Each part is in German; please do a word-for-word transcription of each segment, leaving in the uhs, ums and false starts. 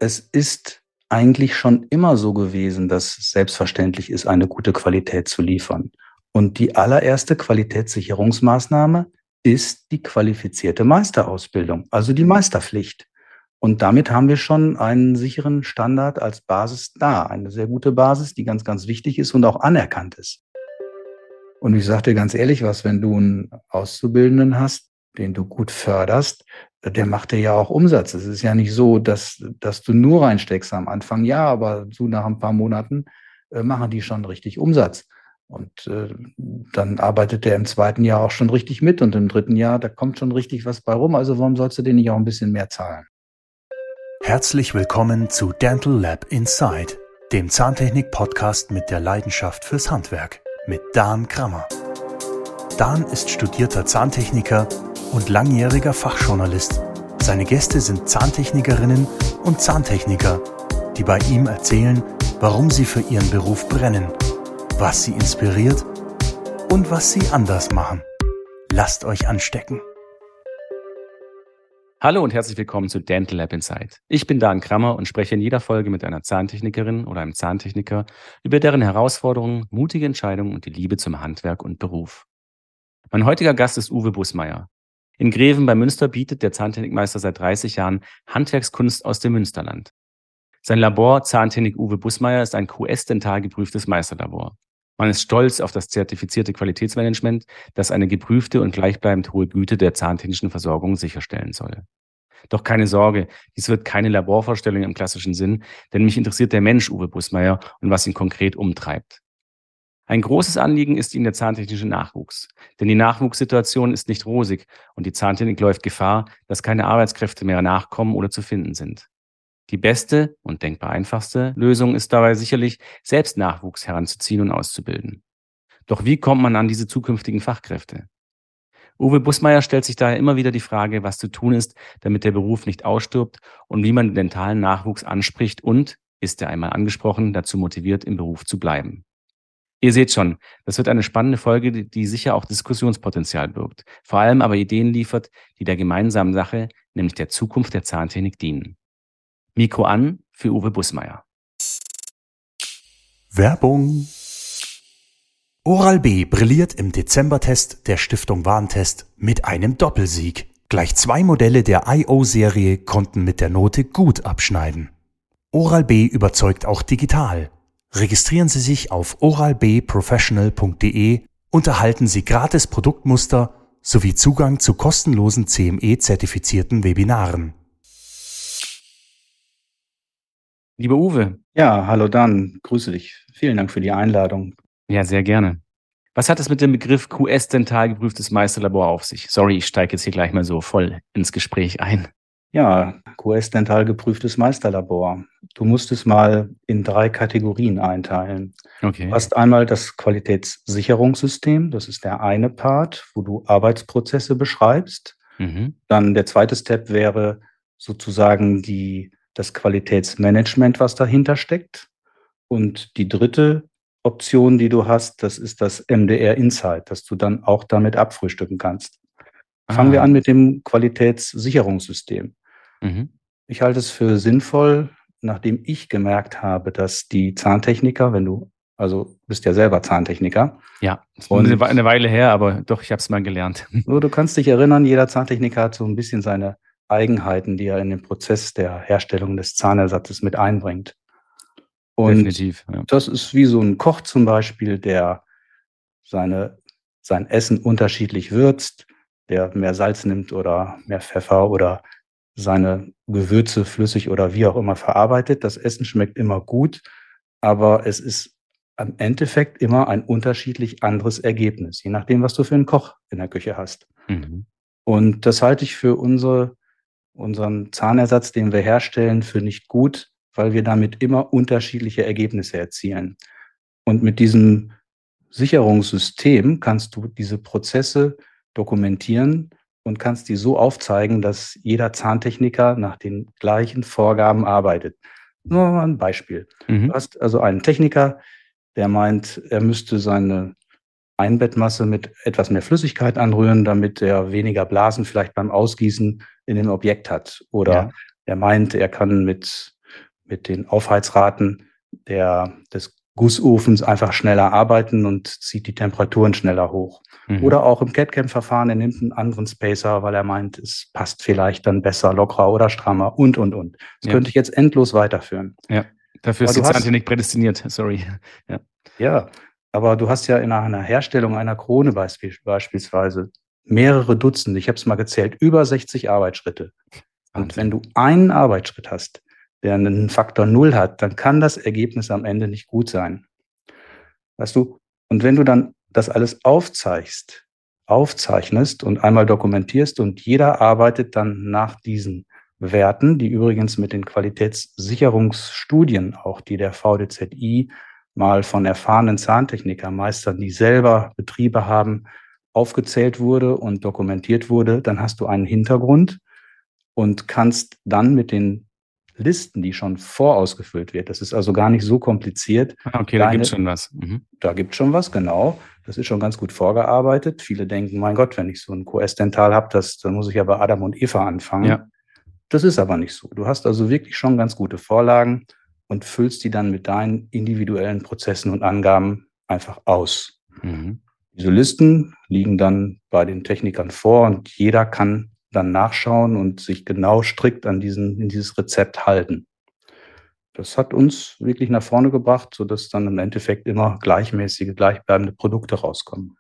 es ist eigentlich schon immer so gewesen, dass es selbstverständlich ist, eine gute Qualität zu liefern. Und die allererste Qualitätssicherungsmaßnahme ist die qualifizierte Meisterausbildung, also die Meisterpflicht. Und damit haben wir schon einen sicheren Standard als Basis da, eine sehr gute Basis, die ganz, ganz wichtig ist und auch anerkannt ist. Und ich sage dir ganz ehrlich was, wenn du einen Auszubildenden hast, den du gut förderst, der macht dir ja auch Umsatz. Es ist ja nicht so, dass, dass du nur reinsteckst am Anfang. Ja, aber so nach ein paar Monaten äh, machen die schon richtig Umsatz. Und äh, dann arbeitet der im zweiten Jahr auch schon richtig mit und im dritten Jahr, da kommt schon richtig was bei rum. Also warum sollst du den nicht auch ein bisschen mehr zahlen? Herzlich willkommen zu Dental Lab Inside, dem Zahntechnik-Podcast mit der Leidenschaft fürs Handwerk mit Dan Krammer. Dan ist studierter Zahntechniker und langjähriger Fachjournalist. Seine Gäste sind Zahntechnikerinnen und Zahntechniker, die bei ihm erzählen, warum sie für ihren Beruf brennen, was sie inspiriert und was sie anders machen. Lasst euch anstecken. Hallo und herzlich willkommen zu Dental Lab Inside. Ich bin Dan Krammer und spreche in jeder Folge mit einer Zahntechnikerin oder einem Zahntechniker über deren Herausforderungen, mutige Entscheidungen und die Liebe zum Handwerk und Beruf. Mein heutiger Gast ist Uwe Bussmeier. In Greven bei Münster bietet der Zahntechnikmeister seit dreißig Jahren Handwerkskunst aus dem Münsterland. Sein Labor Zahntechnik Uwe Bussmeier ist ein Q S-dental geprüftes Meisterlabor. Man ist stolz auf das zertifizierte Qualitätsmanagement, das eine geprüfte und gleichbleibend hohe Güte der zahntechnischen Versorgung sicherstellen soll. Doch keine Sorge, dies wird keine Laborvorstellung im klassischen Sinn, denn mich interessiert der Mensch Uwe Bussmeier und was ihn konkret umtreibt. Ein großes Anliegen ist ihm der zahntechnische Nachwuchs, denn die Nachwuchssituation ist nicht rosig und die Zahntechnik läuft Gefahr, dass keine Arbeitskräfte mehr nachkommen oder zu finden sind. Die beste und denkbar einfachste Lösung ist dabei sicherlich, selbst Nachwuchs heranzuziehen und auszubilden. Doch wie kommt man an diese zukünftigen Fachkräfte? Uwe Bussmeier stellt sich daher immer wieder die Frage, was zu tun ist, damit der Beruf nicht ausstirbt und wie man den dentalen Nachwuchs anspricht und, ist er einmal angesprochen, dazu motiviert, im Beruf zu bleiben. Ihr seht schon, das wird eine spannende Folge, die sicher auch Diskussionspotenzial birgt, vor allem aber Ideen liefert, die der gemeinsamen Sache, nämlich der Zukunft der Zahntechnik, dienen. Mikro an für Uwe Bussmeier. Werbung. Oral-B brilliert im Dezembertest der Stiftung Warentest mit einem Doppelsieg. Gleich zwei Modelle der I O-Serie konnten mit der Note gut abschneiden. Oral-B überzeugt auch digital. Registrieren Sie sich auf oral b professional punkt de und erhalten Sie gratis Produktmuster sowie Zugang zu kostenlosen C M E-zertifizierten Webinaren. Lieber Uwe. Ja, hallo Dan, grüße dich. Vielen Dank für die Einladung. Ja, sehr gerne. Was hat es mit dem Begriff Q S-dental geprüftes Meisterlabor auf sich? Sorry, ich steige jetzt hier gleich mal so voll ins Gespräch ein. Ja, Q S-dental geprüftes Meisterlabor. Du musst es mal in drei Kategorien einteilen. Okay. Du hast einmal das Qualitätssicherungssystem, das ist der eine Part, wo du Arbeitsprozesse beschreibst. Mhm. Dann der zweite Step wäre sozusagen die, das Qualitätsmanagement, was dahinter steckt. Und die dritte Option, die du hast, das ist das M D R Insight, das du dann auch damit abfrühstücken kannst. Fangen Ah. wir an mit dem Qualitätssicherungssystem. Mhm. Ich halte es für sinnvoll, nachdem ich gemerkt habe, dass die Zahntechniker, wenn du, also bist ja selber Zahntechniker. Ja, das ist Und- eine We- eine Weile her, aber doch, ich habe es mal gelernt. So, du kannst dich erinnern, jeder Zahntechniker hat so ein bisschen seine Eigenheiten, die er in den Prozess der Herstellung des Zahnersatzes mit einbringt. Und Definitiv. Ja. das ist wie so ein Koch zum Beispiel, der seine, sein Essen unterschiedlich würzt, der mehr Salz nimmt oder mehr Pfeffer oder seine Gewürze flüssig oder wie auch immer verarbeitet. Das Essen schmeckt immer gut, aber es ist am Endeffekt immer ein unterschiedlich anderes Ergebnis, je nachdem, was du für einen Koch in der Küche hast. Mhm. Und das halte ich für unsere, unseren Zahnersatz, den wir herstellen, für nicht gut, weil wir damit immer unterschiedliche Ergebnisse erzielen. Und mit diesem Sicherungssystem kannst du diese Prozesse dokumentieren und kannst die so aufzeigen, dass jeder Zahntechniker nach den gleichen Vorgaben arbeitet. Nur mal ein Beispiel. Mhm. Du hast also einen Techniker, der meint, er müsste seine Einbettmasse mit etwas mehr Flüssigkeit anrühren, damit er weniger Blasen vielleicht beim Ausgießen in dem Objekt hat. Oder Ja. er meint, er kann mit mit den Aufheizraten der, des Gussofens einfach schneller arbeiten und zieht die Temperaturen schneller hoch. Mhm. Oder auch im C A D-C A M-Verfahren, er nimmt einen anderen Spacer, weil er meint, es passt vielleicht dann besser, lockerer oder strammer und, und, und. Das ja. könnte ich jetzt endlos weiterführen. Ja, dafür ist die Zahntechnik prädestiniert, sorry. Ja. ja, aber du hast ja in einer Herstellung einer Krone beispielsweise mehrere Dutzend, ich habe es mal gezählt, über sechzig Arbeitsschritte. Und wenn du einen Arbeitsschritt hast, der einen Faktor null hat, dann kann das Ergebnis am Ende nicht gut sein. Weißt du? Und wenn du dann das alles aufzeichnest, aufzeichnest und einmal dokumentierst und jeder arbeitet dann nach diesen Werten, die übrigens mit den Qualitätssicherungsstudien, auch die der V D Z I mal von erfahrenen Zahntechnikermeistern, die selber Betriebe haben, aufgezählt wurde und dokumentiert wurde, dann hast du einen Hintergrund und kannst dann mit den Listen, die schon vorausgefüllt wird, das ist also gar nicht so kompliziert. Okay, deine, da gibt es schon was. Mhm. Da gibt es schon was, genau. Das ist schon ganz gut vorgearbeitet. Viele denken, mein Gott, wenn ich so ein Q S-Dental habe, das, dann muss ich ja bei Adam und Eva anfangen. Ja. Das ist aber nicht so. Du hast also wirklich schon ganz gute Vorlagen und füllst die dann mit deinen individuellen Prozessen und Angaben einfach aus. Mhm. Diese Listen liegen dann bei den Technikern vor und jeder kann dann nachschauen und sich genau strikt an diesen, in dieses Rezept halten. Das hat uns wirklich nach vorne gebracht, sodass dann im Endeffekt immer gleichmäßige, gleichbleibende Produkte rauskommen.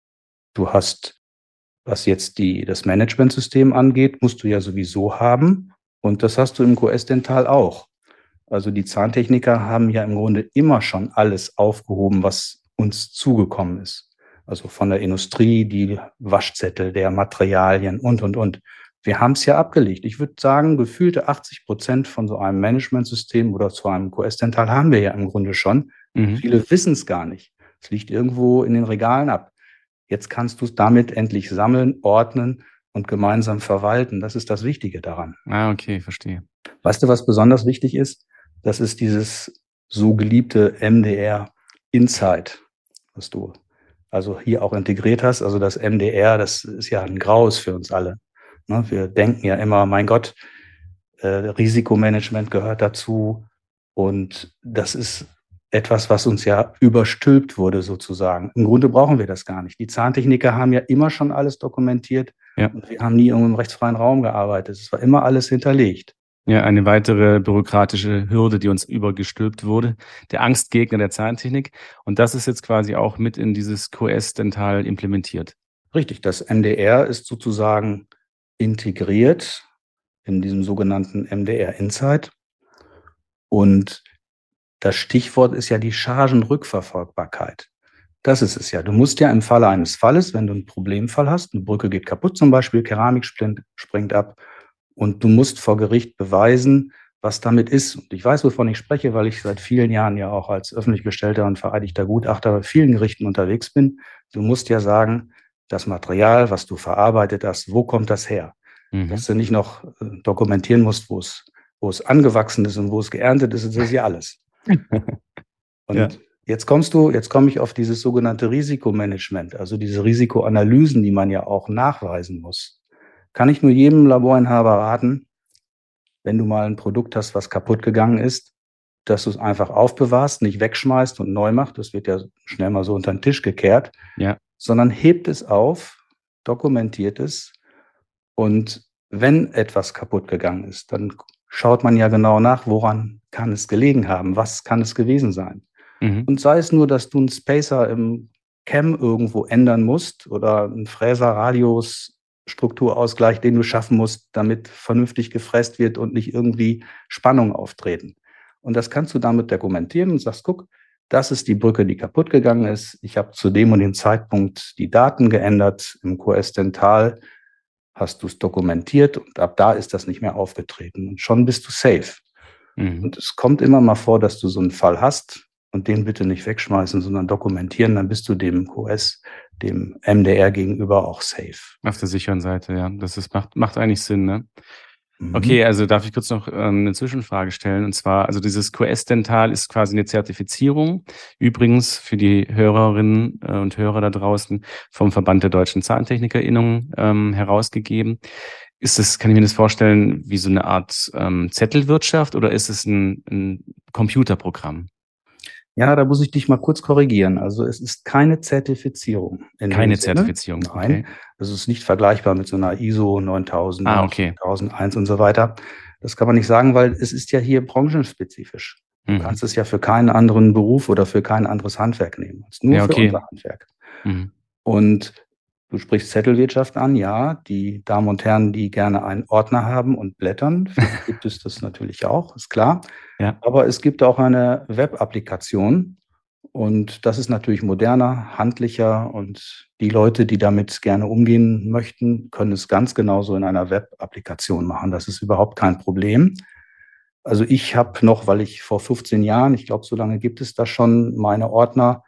Du hast, was jetzt die, das Managementsystem angeht, musst du ja sowieso haben und das hast du im Q S-Dental auch. Also die Zahntechniker haben ja im Grunde immer schon alles aufgehoben, was uns zugekommen ist. Also von der Industrie, die Waschzettel, der Materialien und, und, und. Wir haben es ja abgelegt. Ich würde sagen, gefühlte achtzig Prozent von so einem Managementsystem oder zu einem Q S-Dental haben wir ja im Grunde schon. Mhm. Viele wissen es gar nicht. Es liegt irgendwo in den Regalen ab. Jetzt kannst du es damit endlich sammeln, ordnen und gemeinsam verwalten. Das ist das Wichtige daran. Ah, okay, verstehe. Weißt du, was besonders wichtig ist? Das ist dieses so geliebte M D R Insight, was du also hier auch integriert hast. Also das M D R, das ist ja ein Graus für uns alle. Ne? Wir denken ja immer, mein Gott, äh, Risikomanagement gehört dazu. Und das ist etwas, was uns ja überstülpt wurde sozusagen. Im Grunde brauchen wir das gar nicht. Die Zahntechniker haben ja immer schon alles dokumentiert. Ja. Und wir haben nie irgendwo im rechtsfreien Raum gearbeitet. Es war immer alles hinterlegt. Ja, eine weitere bürokratische Hürde, die uns übergestülpt wurde. Der Angstgegner der Zahntechnik. Und das ist jetzt quasi auch mit in dieses Q S-Dental implementiert. Richtig, das M D R ist sozusagen integriert in diesem sogenannten M D R Insight. Und das Stichwort ist ja die Chargenrückverfolgbarkeit. Das ist es ja. Du musst ja im Falle eines Falles, wenn du einen Problemfall hast, eine Brücke geht kaputt zum Beispiel, Keramik springt, springt ab, und du musst vor Gericht beweisen, was damit ist. Und ich weiß, wovon ich spreche, weil ich seit vielen Jahren ja auch als öffentlich bestellter und vereidigter Gutachter bei vielen Gerichten unterwegs bin. Du musst ja sagen, das Material, was du verarbeitet hast, wo kommt das her? Mhm. Dass du nicht noch dokumentieren musst, wo es, wo es angewachsen ist und wo es geerntet ist, das ist ja alles. Und ja. jetzt kommst du, jetzt komme ich auf dieses sogenannte Risikomanagement, also diese Risikoanalysen, die man ja auch nachweisen muss. Kann ich nur jedem Laborinhaber raten, wenn du mal ein Produkt hast, was kaputt gegangen ist, dass du es einfach aufbewahrst, nicht wegschmeißt und neu machst. Das wird ja schnell mal so unter den Tisch gekehrt. Ja. Sondern hebt es auf, dokumentiert es. Und wenn etwas kaputt gegangen ist, dann schaut man ja genau nach, woran kann es gelegen haben, was kann es gewesen sein. Mhm. Und sei es nur, dass du einen Spacer im C A M irgendwo ändern musst oder einen Fräser-Radius Strukturausgleich, den du schaffen musst, damit vernünftig gefräst wird und nicht irgendwie Spannungen auftreten. Und das kannst du damit dokumentieren und sagst, guck, das ist die Brücke, die kaputt gegangen ist. Ich habe zu dem und dem Zeitpunkt die Daten geändert. Im Q S-Dental hast du es dokumentiert und ab da ist das nicht mehr aufgetreten. Und schon bist du safe. Mhm. Und es kommt immer mal vor, dass du so einen Fall hast und den bitte nicht wegschmeißen, sondern dokumentieren. Dann bist du dem Q S, dem M D R gegenüber auch safe. Auf der sicheren Seite, ja. Das ist, macht, macht eigentlich Sinn, ne? Mhm. Okay, also darf ich kurz noch ähm, eine Zwischenfrage stellen? Und zwar, also dieses Q S-Dental ist quasi eine Zertifizierung. Übrigens für die Hörerinnen äh, und Hörer da draußen vom Verband der Deutschen ZahntechnikerInnen ähm, herausgegeben. ist das, kann ich mir das vorstellen, wie so eine Art ähm, Zettelwirtschaft oder ist es ein, ein Computerprogramm? Ja, da muss ich dich mal kurz korrigieren. Also es ist keine Zertifizierung in dem Keine Sinne. Zertifizierung, Nein, okay. es ist nicht vergleichbar mit so einer I S O neuntausend, Ah, okay. neuntausendeins und so weiter. Das kann man nicht sagen, weil es ist ja hier branchenspezifisch. Du Mhm. kannst es ja für keinen anderen Beruf oder für kein anderes Handwerk nehmen. Es ist nur Ja, für okay. unser Handwerk. Mhm. Und du sprichst Zettelwirtschaft an, ja. Die Damen und Herren, die gerne einen Ordner haben und blättern, für die gibt es das natürlich auch, ist klar. Ja. Aber es gibt auch eine Web-Applikation und das ist natürlich moderner, handlicher und die Leute, die damit gerne umgehen möchten, können es ganz genauso in einer Web-Applikation machen. Das ist überhaupt kein Problem. Also ich habe noch, weil ich vor fünfzehn Jahren, ich glaube, so lange gibt es das schon, meine Ordner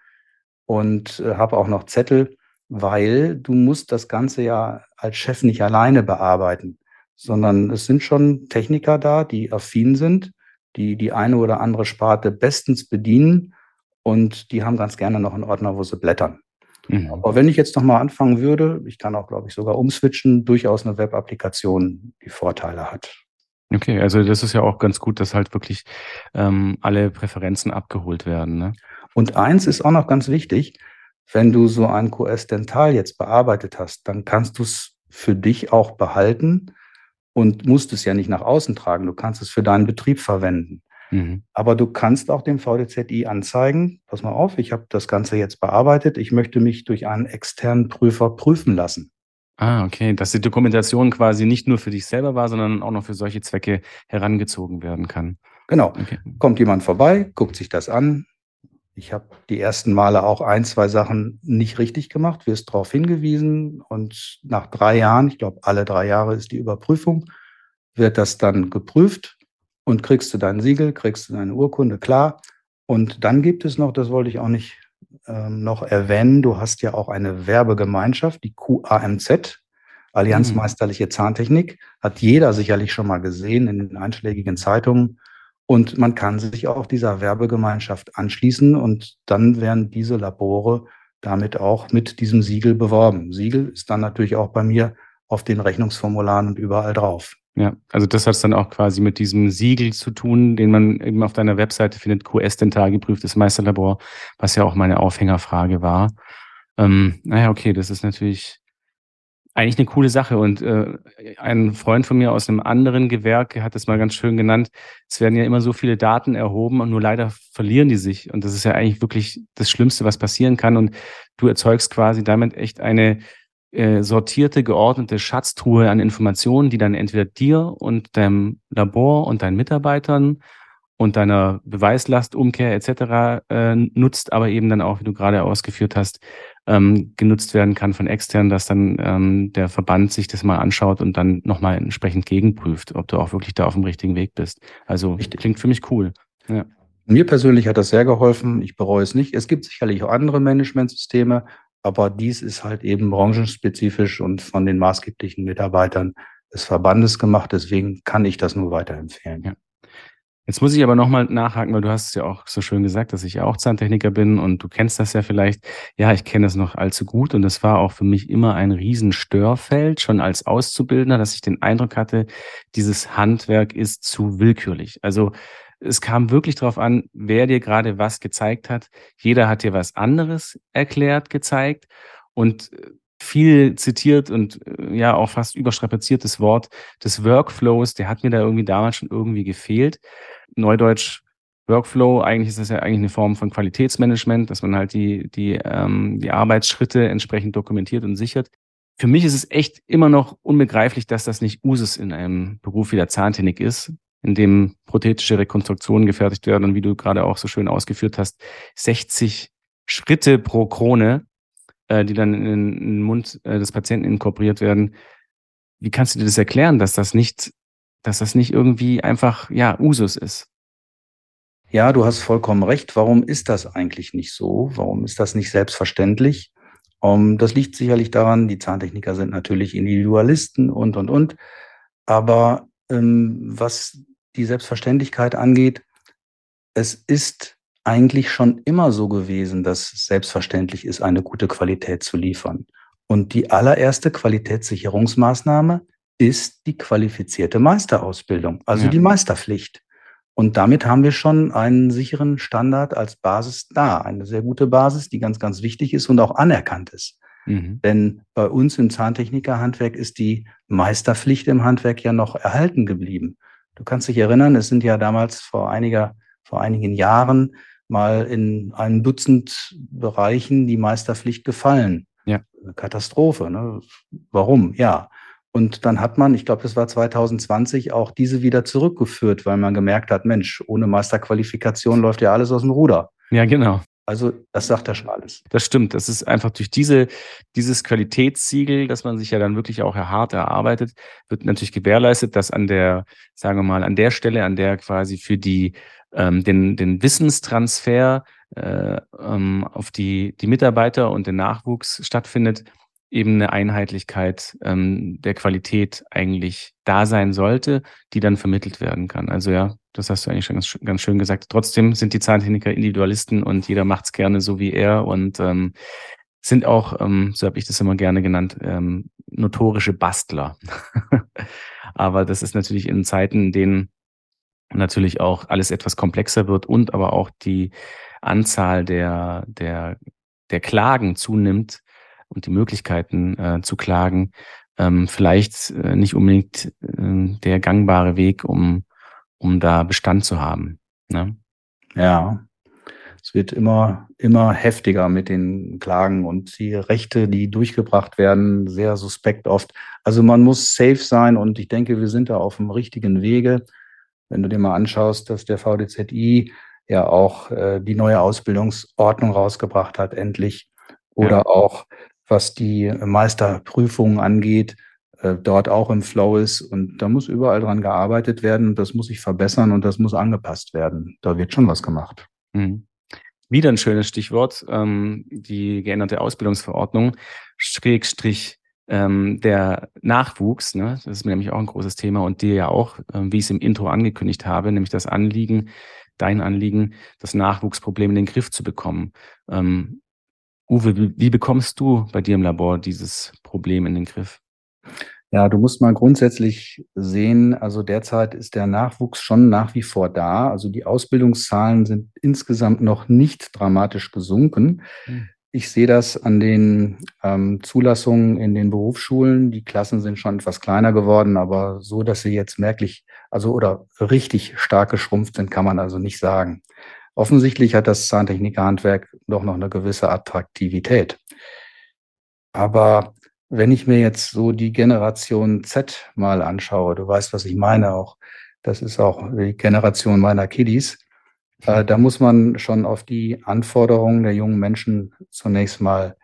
und äh, habe auch noch Zettel, weil du musst das Ganze ja als Chef nicht alleine bearbeiten, sondern es sind schon Techniker da, die affin sind, die die eine oder andere Sparte bestens bedienen und die haben ganz gerne noch einen Ordner, wo sie blättern. Mhm. Aber wenn ich jetzt noch mal anfangen würde, ich kann auch, glaube ich, sogar umswitchen, durchaus eine Web-Applikation, die Vorteile hat. Okay, also das ist ja auch ganz gut, dass halt wirklich ähm, alle Präferenzen abgeholt werden, ne? Und eins ist auch noch ganz wichtig, wenn du so ein Q S Dental jetzt bearbeitet hast, dann kannst du es für dich auch behalten und musst es ja nicht nach außen tragen. Du kannst es für deinen Betrieb verwenden. Mhm. Aber du kannst auch dem V D Z I anzeigen, pass mal auf, ich habe das Ganze jetzt bearbeitet, ich möchte mich durch einen externen Prüfer prüfen lassen. Ah, okay, dass die Dokumentation quasi nicht nur für dich selber war, sondern auch noch für solche Zwecke herangezogen werden kann. Genau, Okay. kommt jemand vorbei, guckt sich das an. Ich habe die ersten Male auch ein, zwei Sachen nicht richtig gemacht, wirst darauf hingewiesen und nach drei Jahren, ich glaube alle drei Jahre ist die Überprüfung, wird das dann geprüft und kriegst du dein Siegel, kriegst du deine Urkunde, klar. Und dann gibt es noch, das wollte ich auch nicht ähm, noch erwähnen, du hast ja auch eine Werbegemeinschaft, die Q A M Z, Allianz Mhm. Meisterliche Zahntechnik, hat jeder sicherlich schon mal gesehen in den einschlägigen Zeitungen. Und man kann sich auch dieser Werbegemeinschaft anschließen und dann werden diese Labore damit auch mit diesem Siegel beworben. Siegel ist dann natürlich auch bei mir auf den Rechnungsformularen und überall drauf. Ja, also das hat es dann auch quasi mit diesem Siegel zu tun, den man eben auf deiner Webseite findet, Q S Dental geprüftes Meisterlabor, was ja auch meine Aufhängerfrage war. Ähm, naja, okay, das ist natürlich eigentlich eine coole Sache. Und äh, ein Freund von mir aus einem anderen Gewerk hat es mal ganz schön genannt, es werden ja immer so viele Daten erhoben und nur leider verlieren die sich. Und das ist ja eigentlich wirklich das Schlimmste, was passieren kann. Und du erzeugst quasi damit echt eine äh, sortierte, geordnete Schatztruhe an Informationen, die dann entweder dir und deinem Labor und deinen Mitarbeitern und deiner Beweislastumkehr et cetera äh, nutzt, aber eben dann auch, wie du gerade ausgeführt hast, ähm, genutzt werden kann von extern, dass dann ähm, der Verband sich das mal anschaut und dann nochmal entsprechend gegenprüft, ob du auch wirklich da auf dem richtigen Weg bist. Also Richtig. klingt für mich cool. Ja. Mir persönlich hat das sehr geholfen. Ich bereue es nicht. Es gibt sicherlich auch andere Managementsysteme, aber dies ist halt eben branchenspezifisch und von den maßgeblichen Mitarbeitern des Verbandes gemacht. Deswegen kann ich das nur weiterempfehlen. Ja. Jetzt muss ich aber nochmal nachhaken, weil du hast es ja auch so schön gesagt, dass ich ja auch Zahntechniker bin und du kennst das ja vielleicht. Ja, ich kenne das noch allzu gut und das war auch für mich immer ein Riesenstörfeld, schon als Auszubildender, dass ich den Eindruck hatte, dieses Handwerk ist zu willkürlich. Also es kam wirklich darauf an, wer dir gerade was gezeigt hat. Jeder hat dir was anderes erklärt, gezeigt und viel zitiert und äh, ja auch fast überstrapaziertes Wort des Workflows, der hat mir da irgendwie damals schon irgendwie gefehlt. Neudeutsch Workflow, eigentlich ist das ja eigentlich eine Form von Qualitätsmanagement, dass man halt die, die, ähm, die Arbeitsschritte entsprechend dokumentiert und sichert. Für mich ist es echt immer noch unbegreiflich, dass das nicht Usus in einem Beruf wie der Zahntechnik ist, in dem prothetische Rekonstruktionen gefertigt werden und wie du gerade auch so schön ausgeführt hast, sechzig Schritte pro Krone, äh, die dann in den Mund äh, des Patienten inkorporiert werden. Wie kannst du dir das erklären, dass das nicht, dass das nicht irgendwie einfach, ja, Usus ist? Ja, du hast vollkommen recht. Warum ist das eigentlich nicht so? Warum ist das nicht selbstverständlich? Um, das liegt sicherlich daran, die Zahntechniker sind natürlich Individualisten und, und, und. Aber ähm, was die Selbstverständlichkeit angeht, es ist eigentlich schon immer so gewesen, dass es selbstverständlich ist, eine gute Qualität zu liefern. Und die allererste Qualitätssicherungsmaßnahme ist die qualifizierte Meisterausbildung, also Ja. die Meisterpflicht. Und damit haben wir schon einen sicheren Standard als Basis da, eine sehr gute Basis, die ganz, ganz wichtig ist und auch anerkannt ist. Mhm. Denn bei uns im Zahntechnikerhandwerk ist die Meisterpflicht im Handwerk ja noch erhalten geblieben. Du kannst dich erinnern, es sind ja damals vor einiger, vor einigen Jahren mal in einem Dutzend Bereichen die Meisterpflicht gefallen. Ja. Eine Katastrophe, ne? Warum? Ja. Und dann hat man, ich glaube, das war zwanzig zwanzig, auch diese wieder zurückgeführt, weil man gemerkt hat, Mensch, ohne Meisterqualifikation läuft ja alles aus dem Ruder. Ja, genau. Also das sagt ja schon alles. Das stimmt. Das ist einfach durch diese, dieses Qualitätssiegel, das man sich ja dann wirklich auch hart erarbeitet, wird natürlich gewährleistet, dass an der, sagen wir mal, an der Stelle, an der quasi für die, ähm, den, den Wissenstransfer äh, ähm, auf die, die Mitarbeiter und den Nachwuchs stattfindet, eben eine Einheitlichkeit ähm, der Qualität eigentlich da sein sollte, die dann vermittelt werden kann. Also ja, das hast du eigentlich schon ganz, ganz schön gesagt. Trotzdem sind die Zahntechniker Individualisten und jeder macht es gerne so wie er und ähm, sind auch, ähm, so habe ich das immer gerne genannt, ähm, notorische Bastler. Aber das ist natürlich in Zeiten, in denen natürlich auch alles etwas komplexer wird und aber auch die Anzahl der, der, der Klagen zunimmt und die Möglichkeiten äh, zu klagen, ähm, vielleicht äh, nicht unbedingt äh, der gangbare Weg, um, um da Bestand zu haben. Ne? Ja, es wird immer, immer heftiger mit den Klagen und die Rechte, die durchgebracht werden, sehr suspekt oft. Also man muss safe sein und ich denke, wir sind da auf dem richtigen Wege. Wenn du dir mal anschaust, dass der V D Z I ja auch äh, die neue Ausbildungsordnung rausgebracht hat, endlich. Oder Ja. auch, was die Meisterprüfungen angeht, äh, dort auch im Flow ist. Und da muss überall dran gearbeitet werden. Und das muss sich verbessern und das muss angepasst werden. Da wird schon was gemacht. Mhm. Wieder ein schönes Stichwort, ähm, die geänderte Ausbildungsverordnung, Schrägstrich ähm, der Nachwuchs, ne? Das ist mir nämlich auch ein großes Thema und dir ja auch, ähm, wie ich es im Intro angekündigt habe, nämlich das Anliegen, dein Anliegen, das Nachwuchsproblem in den Griff zu bekommen. Ähm, Uwe, wie, wie bekommst du bei dir im Labor dieses Problem in den Griff? Ja, du musst mal grundsätzlich sehen, also derzeit ist der Nachwuchs schon nach wie vor da. Also die Ausbildungszahlen sind insgesamt noch nicht dramatisch gesunken. Hm. Ich sehe das an den ähm, Zulassungen in den Berufsschulen. Die Klassen sind schon etwas kleiner geworden, aber so, dass sie jetzt merklich, also oder richtig stark geschrumpft sind, kann man also nicht sagen. Offensichtlich hat das Zahntechnikerhandwerk doch noch eine gewisse Attraktivität. Aber wenn ich mir jetzt so die Generation Z mal anschaue, du weißt, was ich meine auch, das ist auch die Generation meiner Kiddies, äh, da muss man schon auf die Anforderungen der jungen Menschen zunächst mal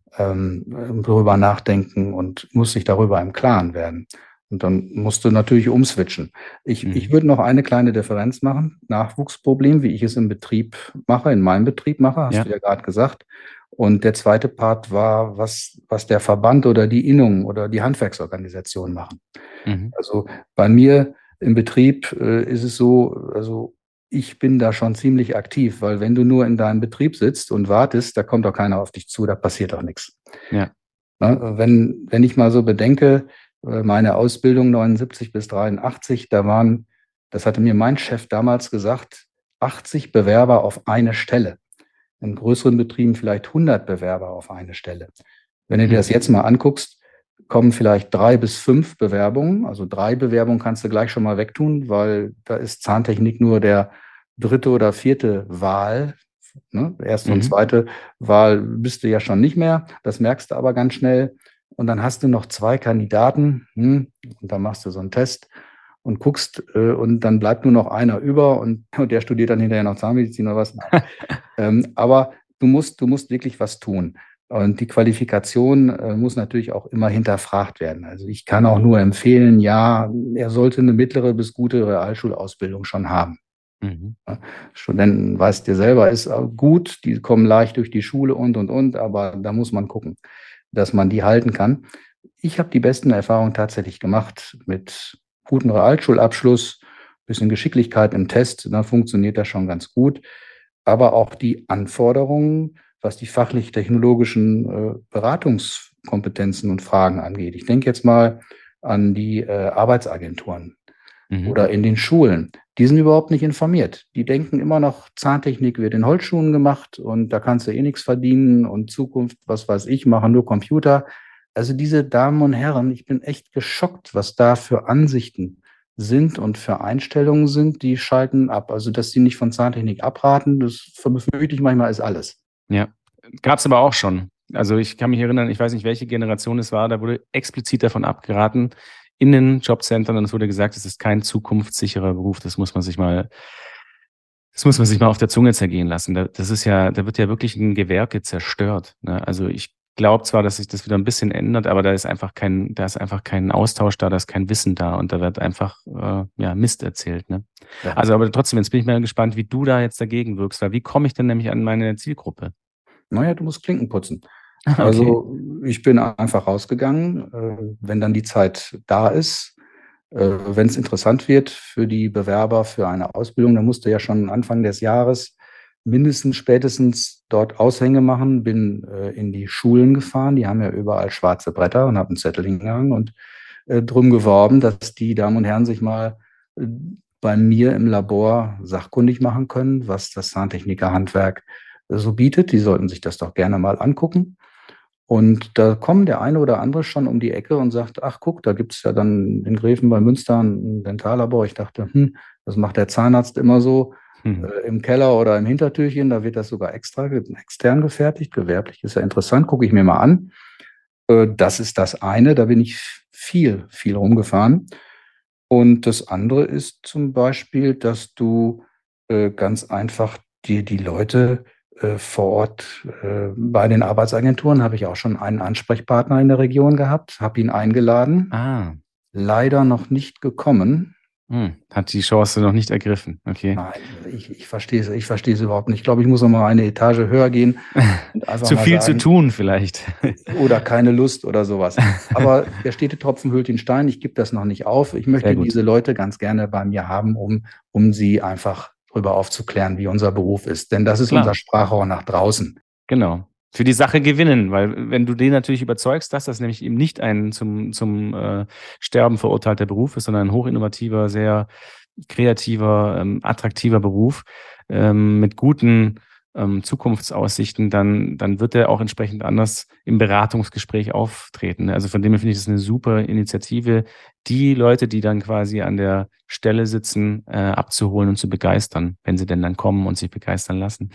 ähm, darüber nachdenken und muss sich darüber im Klaren werden. Und dann musst du natürlich umswitchen. Ich, Mhm. ich würde noch eine kleine Differenz machen. Nachwuchsproblem, wie ich es im Betrieb mache, in meinem Betrieb mache, hast Ja. du ja gerade gesagt. Und der zweite Part war, was, was der Verband oder die Innung oder die Handwerksorganisation machen. Mhm. Also bei mir im Betrieb äh, ist es so, also ich bin da schon ziemlich aktiv, weil wenn du nur in deinem Betrieb sitzt und wartest, da kommt auch keiner auf dich zu, da passiert auch nichts. Ja. Ne? Wenn, wenn ich mal so bedenke, äh, meine Ausbildung neunundsiebzig bis dreiundachtzig, da waren, das hatte mir mein Chef damals gesagt, achtzig Bewerber auf eine Stelle. In größeren Betrieben vielleicht hundert Bewerber auf eine Stelle. Wenn du dir das jetzt mal anguckst, kommen vielleicht drei bis fünf Bewerbungen. Also drei Bewerbungen kannst du gleich schon mal wegtun, weil da ist Zahntechnik nur der dritte oder vierte Wahl. Ne? Erste Mhm. und zweite Wahl bist du ja schon nicht mehr. Das merkst du aber ganz schnell. Und dann hast du noch zwei Kandidaten. Hm, und dann machst du so einen Test und guckst äh, und dann bleibt nur noch einer über und, und der studiert dann hinterher noch Zahnmedizin oder was. ähm, aber du musst, du musst wirklich was tun. Und die Qualifikation äh, muss natürlich auch immer hinterfragt werden. Also ich kann auch nur empfehlen, ja, er sollte eine mittlere bis gute Realschulausbildung schon haben. Mhm. Ja, Studenten, weißt dir selber, ist auch gut, die kommen leicht durch die Schule und, und, und, aber da muss man gucken, dass man die halten kann. Ich habe die besten Erfahrungen tatsächlich gemacht mit gutem Realschulabschluss, bisschen Geschicklichkeit im Test, dann funktioniert das schon ganz gut. Aber auch die Anforderungen, was die fachlich-technologischen äh, Beratungskompetenzen und Fragen angeht. Ich denke jetzt mal an die äh, Arbeitsagenturen Mhm. oder in den Schulen. Die sind überhaupt nicht informiert. Die denken immer noch, Zahntechnik wird in Holzschuhen gemacht und da kannst du eh nichts verdienen und Zukunft, was weiß ich, machen nur Computer. Also diese Damen und Herren, ich bin echt geschockt, was da für Ansichten sind und für Einstellungen sind, die schalten ab. Also dass die nicht von Zahntechnik abraten, das befürchte ich manchmal, ist alles. Ja, gab es aber auch schon. Also ich kann mich erinnern, ich weiß nicht, welche Generation es war, da wurde explizit davon abgeraten, in den Jobcentern, und es wurde gesagt, es ist kein zukunftssicherer Beruf. Das muss man sich mal, das muss man sich mal auf der Zunge zergehen lassen. Da, das ist ja, da wird ja wirklich ein Gewerke zerstört. Ne? Also ich glaube zwar, dass sich das wieder ein bisschen ändert, aber da ist einfach kein, da ist einfach kein Austausch da, da ist kein Wissen da und da wird einfach äh, ja, Mist erzählt. Ne? Ja. Also aber trotzdem, jetzt bin ich mal gespannt, wie du da jetzt dagegen wirkst, weil wie komme ich denn nämlich an meine Zielgruppe? Naja, du musst Klinken putzen. Okay. Also ich bin einfach rausgegangen, äh, wenn dann die Zeit da ist, äh, wenn es interessant wird für die Bewerber für eine Ausbildung, dann musst du ja schon Anfang des Jahres mindestens spätestens dort Aushänge machen, bin äh, in die Schulen gefahren, die haben ja überall schwarze Bretter und habe einen Zettel hingehangen und äh, drum geworben, dass die Damen und Herren sich mal äh, bei mir im Labor sachkundig machen können, was das Zahntechnikerhandwerk äh, so bietet. Die sollten sich das doch gerne mal angucken. Und da kommen der eine oder andere schon um die Ecke und sagt, ach guck, da gibt es ja dann in Gräfen bei Münster ein Dentallabor. Ich dachte, hm, das macht der Zahnarzt immer so Hm. äh, im Keller oder im Hintertürchen. Da wird das sogar extra extern gefertigt. Gewerblich ist ja interessant, gucke ich mir mal an. Äh, das ist das eine, da bin ich viel, viel rumgefahren. Und das andere ist zum Beispiel, dass du äh, ganz einfach die, die Leute äh, vor Ort äh, bei den Arbeitsagenturen, habe ich auch schon einen Ansprechpartner in der Region gehabt, habe ihn eingeladen, Ah, leider noch nicht gekommen. hm. Hat die Chance noch nicht ergriffen. Okay. Nein, ich, ich verstehe es, ich verstehe es überhaupt nicht. Ich glaube, ich muss noch mal eine Etage höher gehen und einfach Zu mal viel sagen, zu tun vielleicht. oder keine Lust oder sowas. Aber der stete Tropfen hüllt den Stein. Ich gebe das noch nicht auf. Ich Sehr möchte gut. diese Leute ganz gerne bei mir haben, um, um sie einfach darüber aufzuklären, wie unser Beruf ist. Denn das ist Klar. unser Sprachrohr nach draußen. Genau. Für die Sache gewinnen, weil wenn du den natürlich überzeugst, dass das nämlich eben nicht ein zum, zum äh, Sterben verurteilter Beruf ist, sondern ein hochinnovativer, sehr kreativer, ähm, attraktiver Beruf ähm, mit guten ähm, Zukunftsaussichten, dann, dann wird er auch entsprechend anders im Beratungsgespräch auftreten. Also von dem her finde ich das eine super Initiative, die Leute, die dann quasi an der Stelle sitzen, äh, abzuholen und zu begeistern, wenn sie denn dann kommen und sich begeistern lassen.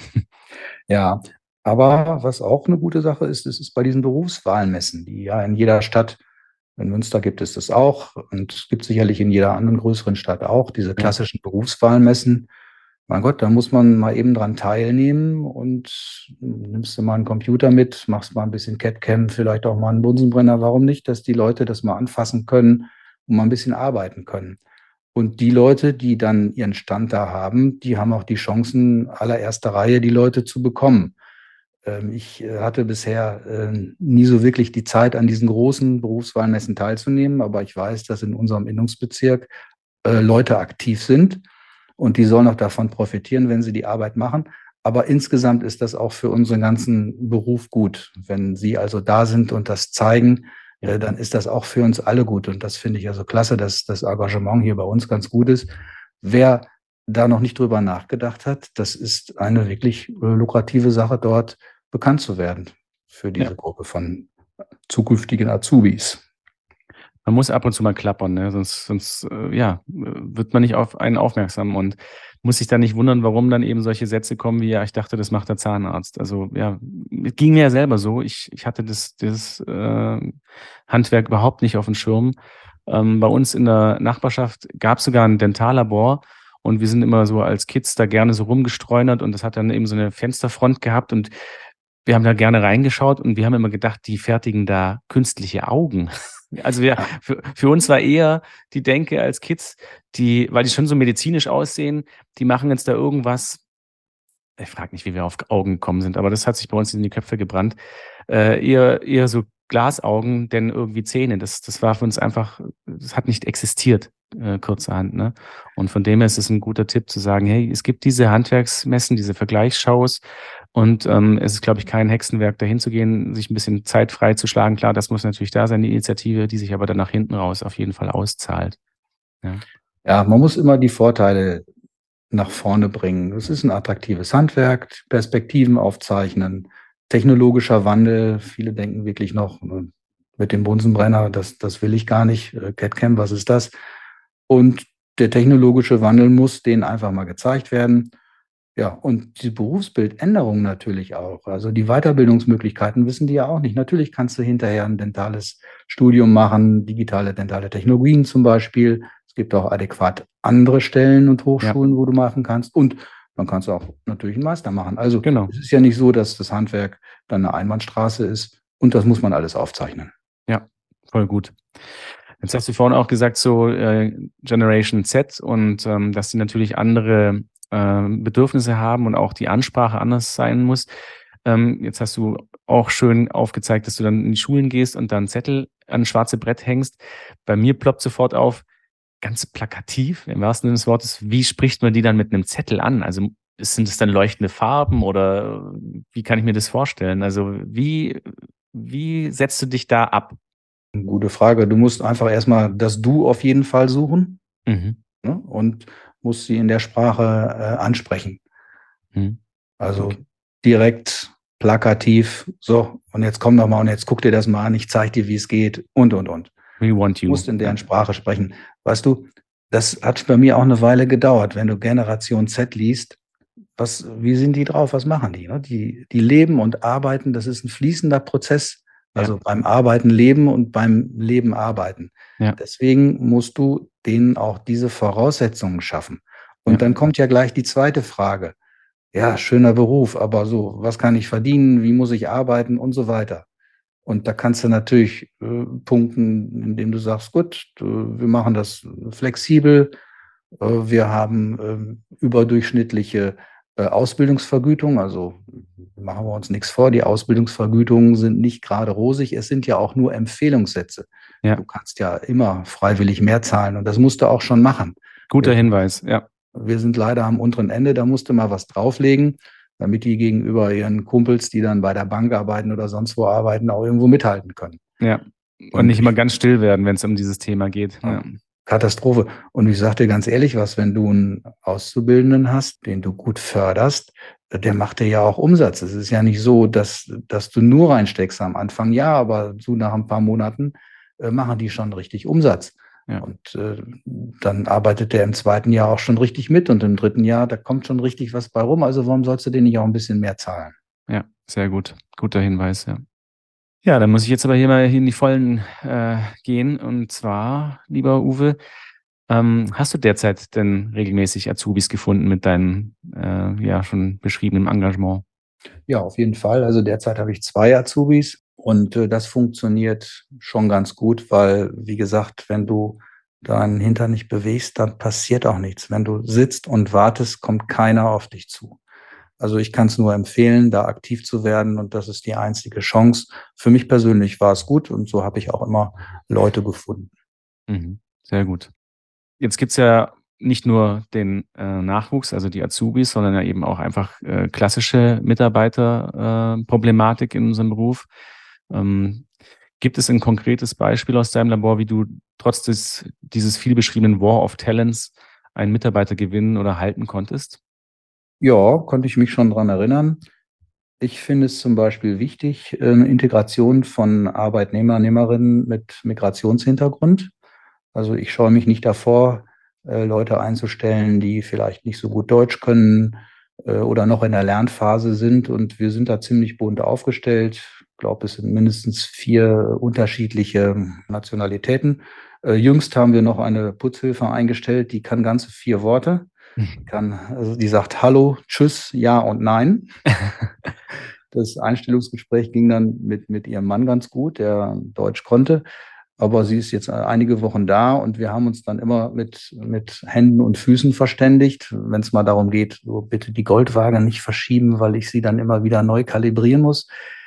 Ja, aber was auch eine gute Sache ist, ist, ist bei diesen Berufswahlmessen, die ja in jeder Stadt, in Münster gibt es das auch und es gibt sicherlich in jeder anderen größeren Stadt auch, diese klassischen Berufswahlmessen. Mein Gott, da muss man mal eben dran teilnehmen und nimmst du mal einen Computer mit, machst mal ein bisschen C A D-Cam, vielleicht auch mal einen Bunsenbrenner. Warum nicht, dass die Leute das mal anfassen können und mal ein bisschen arbeiten können? Und die Leute, die dann ihren Stand da haben, die haben auch die Chancen, allererster Reihe die Leute zu bekommen. Ähm, ich äh, hatte bisher äh, nie so wirklich die Zeit, an diesen großen Berufswahlmessen teilzunehmen, aber ich weiß, dass in unserem Innungsbezirk äh, Leute aktiv sind und die sollen auch davon profitieren, wenn sie die Arbeit machen. Aber insgesamt ist das auch für unseren ganzen Beruf gut. Wenn Sie also da sind und das zeigen, Ja. äh, dann ist das auch für uns alle gut. Und das finde ich also klasse, dass das Engagement hier bei uns ganz gut ist. Wer da noch nicht drüber nachgedacht hat, das ist eine wirklich äh, lukrative Sache, dort bekannt zu werden für diese Ja. Gruppe von zukünftigen Azubis. Man muss ab und zu mal klappern, ne? Sonst, sonst äh, ja, wird man nicht auf einen aufmerksam und muss sich dann nicht wundern, warum dann eben solche Sätze kommen wie, ja, ich dachte, das macht der Zahnarzt. Also ja, es ging mir ja selber so. Ich, ich hatte das, das äh, Handwerk überhaupt nicht auf dem Schirm. Ähm, bei uns in der Nachbarschaft gab es sogar ein Dentallabor und wir sind immer so als Kids da gerne so rumgestreunert und das hat dann eben so eine Fensterfront gehabt und wir haben da gerne reingeschaut und wir haben immer gedacht, die fertigen da künstliche Augen. Also wir, für, für uns war eher die Denke als Kids, die, weil die schon so medizinisch aussehen, die machen jetzt da irgendwas. Ich frage nicht, wie wir auf Augen gekommen sind, aber das hat sich bei uns in die Köpfe gebrannt. Äh, eher, eher so Glasaugen, denn irgendwie Zähne. Das, das war für uns einfach, das hat nicht existiert, äh, kurzerhand. Ne? Und von dem her ist es ein guter Tipp zu sagen, hey, es gibt diese Handwerksmessen, diese Vergleichsshows, Und ähm, es ist, glaube ich, kein Hexenwerk, dahin zu gehen, sich ein bisschen Zeit freizuschlagen. Klar, das muss natürlich da sein, die Initiative, die sich aber dann nach hinten raus auf jeden Fall auszahlt. Ja, Ja, man muss immer die Vorteile nach vorne bringen. Es ist ein attraktives Handwerk, Perspektiven aufzeichnen, technologischer Wandel. Viele denken wirklich noch äh, mit dem Bunsenbrenner, das, das will ich gar nicht. Äh, C A D-Cam, was ist das? Und der technologische Wandel muss denen einfach mal gezeigt werden. Ja, und die Berufsbildänderung natürlich auch. Also die Weiterbildungsmöglichkeiten wissen die ja auch nicht. Natürlich kannst du hinterher ein dentales Studium machen, digitale dentale Technologien zum Beispiel. Es gibt auch adäquat andere Stellen und Hochschulen, ja, wo du machen kannst. Und dann kannst du auch natürlich einen Meister machen. Also genau. Es ist ja nicht so, dass das Handwerk dann eine Einbahnstraße ist. Und das muss man alles aufzeichnen. Ja, voll gut. Jetzt hast du vorhin auch gesagt, so äh, Generation Z und ähm, dass die natürlich andere äh, Bedürfnisse haben und auch die Ansprache anders sein muss. Ähm, jetzt hast du auch schön aufgezeigt, dass du dann in die Schulen gehst und dann Zettel an das schwarze Brett hängst. Bei mir ploppt sofort auf, ganz plakativ, im wahrsten Sinne des Wortes, wie spricht man die dann mit einem Zettel an? Also sind es dann leuchtende Farben oder wie kann ich mir das vorstellen? Also wie, wie setzt du dich da ab? Gute Frage. Du musst einfach erstmal das Du auf jeden Fall suchen, Mhm. ne? Und musst sie in der Sprache äh, ansprechen. Mhm. Also Okay. direkt, plakativ, so, und jetzt komm doch mal und jetzt guck dir das mal an, ich zeig dir, wie es geht und, und, und. We want you. Du musst in deren Sprache sprechen. Weißt du, das hat bei mir auch eine Weile gedauert, wenn du Generation Z liest. Was, wie sind die drauf? Was machen die? Ne? Die, die leben und arbeiten, das ist ein fließender Prozess. Also Ja. beim Arbeiten leben und beim Leben arbeiten. Ja. Deswegen musst du denen auch diese Voraussetzungen schaffen. Und Ja. dann kommt ja gleich die zweite Frage. Ja, schöner Beruf, aber so, was kann ich verdienen? Wie muss ich arbeiten und so weiter? Und da kannst du natürlich äh, punkten, indem du sagst, gut, äh, wir machen das flexibel. Äh, wir haben äh, überdurchschnittliche äh, Ausbildungsvergütung. Also machen wir uns nichts vor, die Ausbildungsvergütungen sind nicht gerade rosig. Es sind ja auch nur Empfehlungssätze. Ja. Du kannst ja immer freiwillig mehr zahlen und das musst du auch schon machen. Guter wir, Hinweis, ja. Wir sind leider am unteren Ende, da musst du mal was drauflegen, damit die gegenüber ihren Kumpels, die dann bei der Bank arbeiten oder sonst wo arbeiten, auch irgendwo mithalten können. Ja, und, Und nicht ich, immer ganz still werden, wenn es um dieses Thema geht. ja, Ja. Katastrophe. Und ich sage dir ganz ehrlich was, wenn du einen Auszubildenden hast, den du gut förderst, der macht dir ja auch Umsatz. Es ist ja nicht so, dass, dass du nur reinsteckst am Anfang. Ja, aber so nach ein paar Monaten äh, machen die schon richtig Umsatz. Ja. Und äh, dann arbeitet der im zweiten Jahr auch schon richtig mit und im dritten Jahr, da kommt schon richtig was bei rum. Also warum sollst du den nicht auch ein bisschen mehr zahlen? Ja, sehr gut. Guter Hinweis, ja. Ja, dann muss ich jetzt aber hier mal in die Vollen äh, gehen. Und zwar, lieber Uwe, ähm, hast du derzeit denn regelmäßig Azubis gefunden mit deinem äh, ja schon beschriebenen Engagement? Ja, auf jeden Fall. Also derzeit habe ich zwei Azubis und äh, das funktioniert schon ganz gut, weil, wie gesagt, wenn du deinen Hintern nicht bewegst, dann passiert auch nichts. Wenn du sitzt und wartest, kommt keiner auf dich zu. Also ich kann es nur empfehlen, da aktiv zu werden und das ist die einzige Chance. Für mich persönlich war es gut und so habe ich auch immer Leute gefunden. Mhm, sehr gut. Jetzt gibt's ja nicht nur den äh, Nachwuchs, also die Azubis, sondern ja eben auch einfach äh, klassische Mitarbeiterproblematik äh, in unserem Beruf. Ähm, gibt es ein konkretes Beispiel aus deinem Labor, wie du trotz des, dieses viel beschriebenen War of Talents einen Mitarbeiter gewinnen oder halten konntest? Ja, konnte ich mich schon dran erinnern. Ich finde es zum Beispiel wichtig, eine Integration von Arbeitnehmer, Nehmerinnen mit Migrationshintergrund. Also ich scheue mich nicht davor, Leute einzustellen, die vielleicht nicht so gut Deutsch können oder noch in der Lernphase sind. Und wir sind da ziemlich bunt aufgestellt. Ich glaube, es sind mindestens vier unterschiedliche Nationalitäten. Jüngst haben wir noch eine Putzhilfe eingestellt, die kann ganze vier Worte. Die, kann, also die sagt Hallo, Tschüss, Ja und Nein. Das Einstellungsgespräch ging dann mit, mit ihrem Mann ganz gut, der Deutsch konnte. Aber sie ist jetzt einige Wochen da und wir haben uns dann immer mit, mit Händen und Füßen verständigt, wenn es mal darum geht, so bitte die Goldwaage nicht verschieben, weil ich sie dann immer wieder neu kalibrieren muss.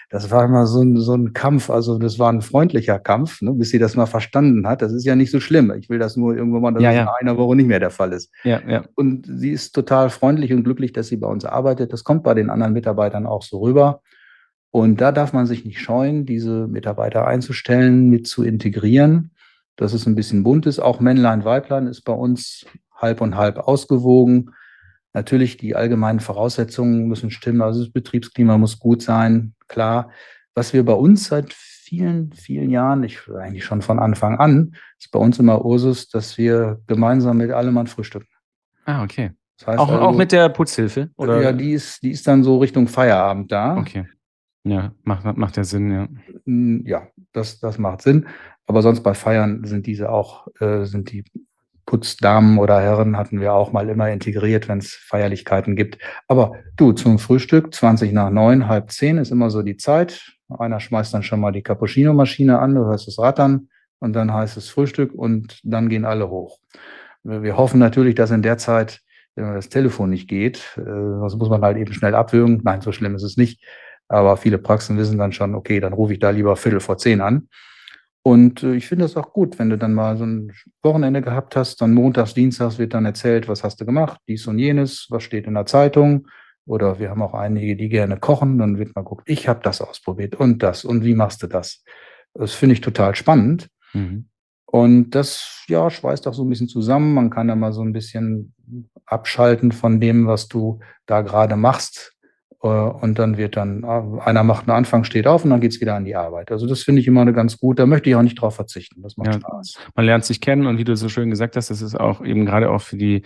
das war immer so ein, so ein Kampf, also das war ein freundlicher Kampf, ne, bis sie das mal verstanden hat. Das ist ja nicht so schlimm. Ich will das nur irgendwann mal, dass Ja, es ja, nach einer Woche nicht mehr der Fall ist. ja, ja. Und sie ist total freundlich und glücklich, dass sie bei uns arbeitet. Das kommt bei den anderen Mitarbeitern auch so rüber. Und da darf man sich nicht scheuen, diese Mitarbeiter einzustellen, mit zu integrieren, dass es ein bisschen bunt ist. Auch Männlein, Weiblein ist bei uns halb und halb ausgewogen. Natürlich, die allgemeinen Voraussetzungen müssen stimmen. Also das Betriebsklima muss gut sein, klar. Was wir bei uns seit vielen, vielen Jahren, ich eigentlich schon von Anfang an, ist bei uns immer Ursus, dass wir gemeinsam mit allem Mann frühstücken. Ah, okay. Das heißt Auch, also, auch mit der Putzhilfe? Oder? ja, die ist, die ist dann so Richtung Feierabend da. Okay. Ja, macht, macht ja Sinn, ja. Ja, das, das macht Sinn. Aber sonst bei Feiern sind diese auch, äh, sind die Putzdamen oder Herren hatten wir auch mal immer integriert, wenn es Feierlichkeiten gibt. Aber du, zum Frühstück, zwanzig nach neun, halb zehn ist immer so die Zeit. Einer schmeißt dann schon mal die Cappuccino-Maschine an, du hörst es rattern und dann heißt es Frühstück und dann gehen alle hoch. Wir hoffen natürlich, dass in der Zeit, wenn das Telefon nicht geht, äh, das muss man halt eben schnell abwürgen. Nein, so schlimm ist es nicht. Aber viele Praxen wissen dann schon, okay, dann rufe ich da lieber Viertel vor zehn an. Und äh, ich finde das auch gut, wenn du dann mal so ein Wochenende gehabt hast, dann montags, dienstags wird dann erzählt, was hast du gemacht, dies und jenes, was steht in der Zeitung. Oder wir haben auch einige, die gerne kochen, dann wird mal geguckt, ich habe das ausprobiert und das und wie machst du das? Das finde ich total spannend. Mhm. Und das, ja, schweißt auch so ein bisschen zusammen. Man kann da mal so ein bisschen abschalten von dem, was du da gerade machst. Und dann wird dann, einer macht einen Anfang, steht auf und dann geht es wieder an die Arbeit. Also das finde ich immer eine ganz gut. Da möchte ich auch nicht drauf verzichten. Das macht Ja, Spaß. man lernt sich kennen und wie du so schön gesagt hast, das ist auch eben gerade auch für die,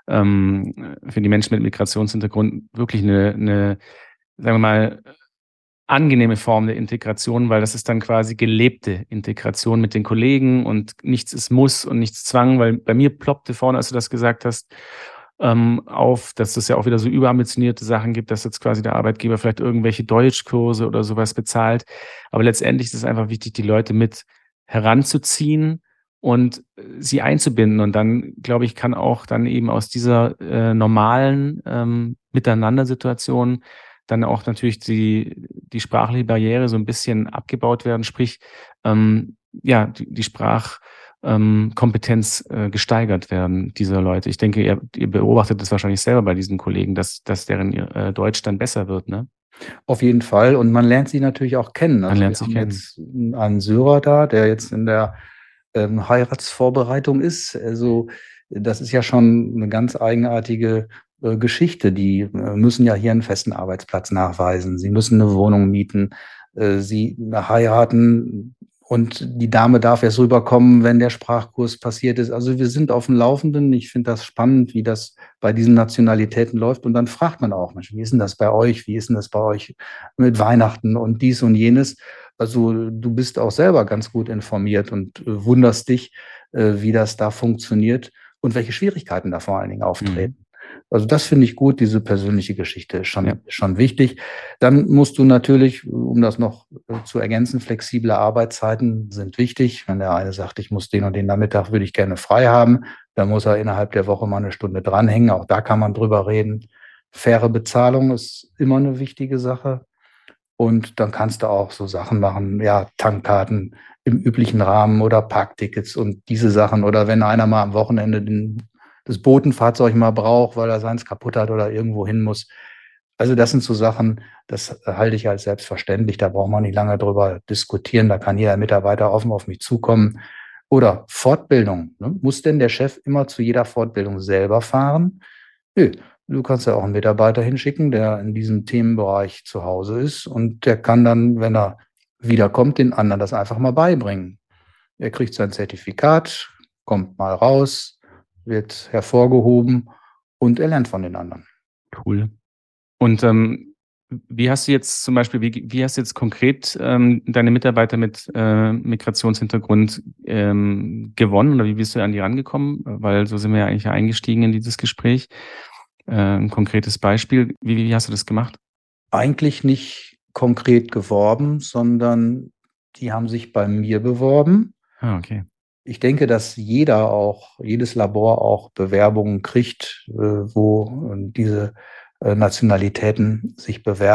ähm, für die Menschen mit Migrationshintergrund wirklich eine, eine, sagen wir mal, angenehme Form der Integration, weil das ist dann quasi gelebte Integration mit den Kollegen und nichts ist Muss und nichts Zwang, weil bei mir ploppte vorne, als du das gesagt hast, ähm, auf, dass es ja auch wieder so überambitionierte Sachen gibt, dass jetzt quasi der Arbeitgeber vielleicht irgendwelche Deutschkurse oder sowas bezahlt. Aber letztendlich ist es einfach wichtig, die Leute mit heranzuziehen und sie einzubinden. Und dann, glaube ich, kann auch dann eben aus dieser äh, normalen ähm, Miteinandersituation dann auch natürlich die, die sprachliche Barriere so ein bisschen abgebaut werden, sprich, ähm, ja, die, die Sprach- Ähm, Kompetenz äh, gesteigert werden dieser Leute. Ich denke, ihr, ihr beobachtet das wahrscheinlich selber bei diesen Kollegen, dass, dass deren äh, Deutsch dann besser wird, ne? Auf jeden Fall. Und man lernt sie natürlich auch kennen. Man Also lernt wir sich haben kennen. jetzt einen Syrer da, der jetzt in der ähm, Heiratsvorbereitung ist. Also das ist ja schon eine ganz eigenartige äh, Geschichte. Die äh, müssen ja hier einen festen Arbeitsplatz nachweisen. Sie müssen eine Wohnung mieten. Äh, sie heiraten. Und die Dame darf erst rüberkommen, wenn der Sprachkurs passiert ist. Also wir sind auf dem Laufenden. Ich finde das spannend, wie das bei diesen Nationalitäten läuft. Und dann fragt man auch, Mensch, wie ist denn das bei euch? Wie ist denn das bei euch mit Weihnachten und dies und jenes? Also du bist auch selber ganz gut informiert und äh, wunderst dich, äh, wie das da funktioniert und welche Schwierigkeiten da vor allen Dingen auftreten. Mhm. Also das finde ich gut, diese persönliche Geschichte ist schon, Ja. schon wichtig. Dann musst du natürlich, um das noch zu ergänzen, flexible Arbeitszeiten sind wichtig. Wenn der eine sagt, ich muss den und den Nachmittag, würde ich gerne frei haben, dann muss er innerhalb der Woche mal eine Stunde dranhängen. Auch da kann man drüber reden. Faire Bezahlung ist immer eine wichtige Sache. Und dann kannst du auch so Sachen machen, ja, Tankkarten im üblichen Rahmen oder Parktickets und diese Sachen. Oder wenn einer mal am Wochenende den das Botenfahrzeug mal braucht, weil er seins kaputt hat oder irgendwo hin muss. Also das sind so Sachen, das halte ich als selbstverständlich. Da braucht man nicht lange drüber diskutieren. Da kann jeder Mitarbeiter offen auf mich zukommen. Oder Fortbildung. Ne? Muss denn der Chef immer zu jeder Fortbildung selber fahren? Nö. Du kannst ja auch einen Mitarbeiter hinschicken, der in diesem Themenbereich zu Hause ist und der kann dann, wenn er wiederkommt, den anderen das einfach mal beibringen. Er kriegt sein Zertifikat, kommt mal raus, wird hervorgehoben und er lernt von den anderen. Cool. Und ähm, wie hast du jetzt zum Beispiel, wie, wie hast du jetzt konkret ähm, deine Mitarbeiter mit äh, Migrationshintergrund ähm, gewonnen oder wie bist du an die rangekommen? Weil so sind wir ja eigentlich eingestiegen in dieses Gespräch. Äh, ein konkretes Beispiel. Wie, wie hast du das gemacht? Eigentlich nicht konkret geworben, sondern die haben sich bei mir beworben. Ah, okay. Ich denke, dass jeder auch, jedes Labor auch Bewerbungen kriegt, äh, wo diese äh, Nationalitäten sich bewerben.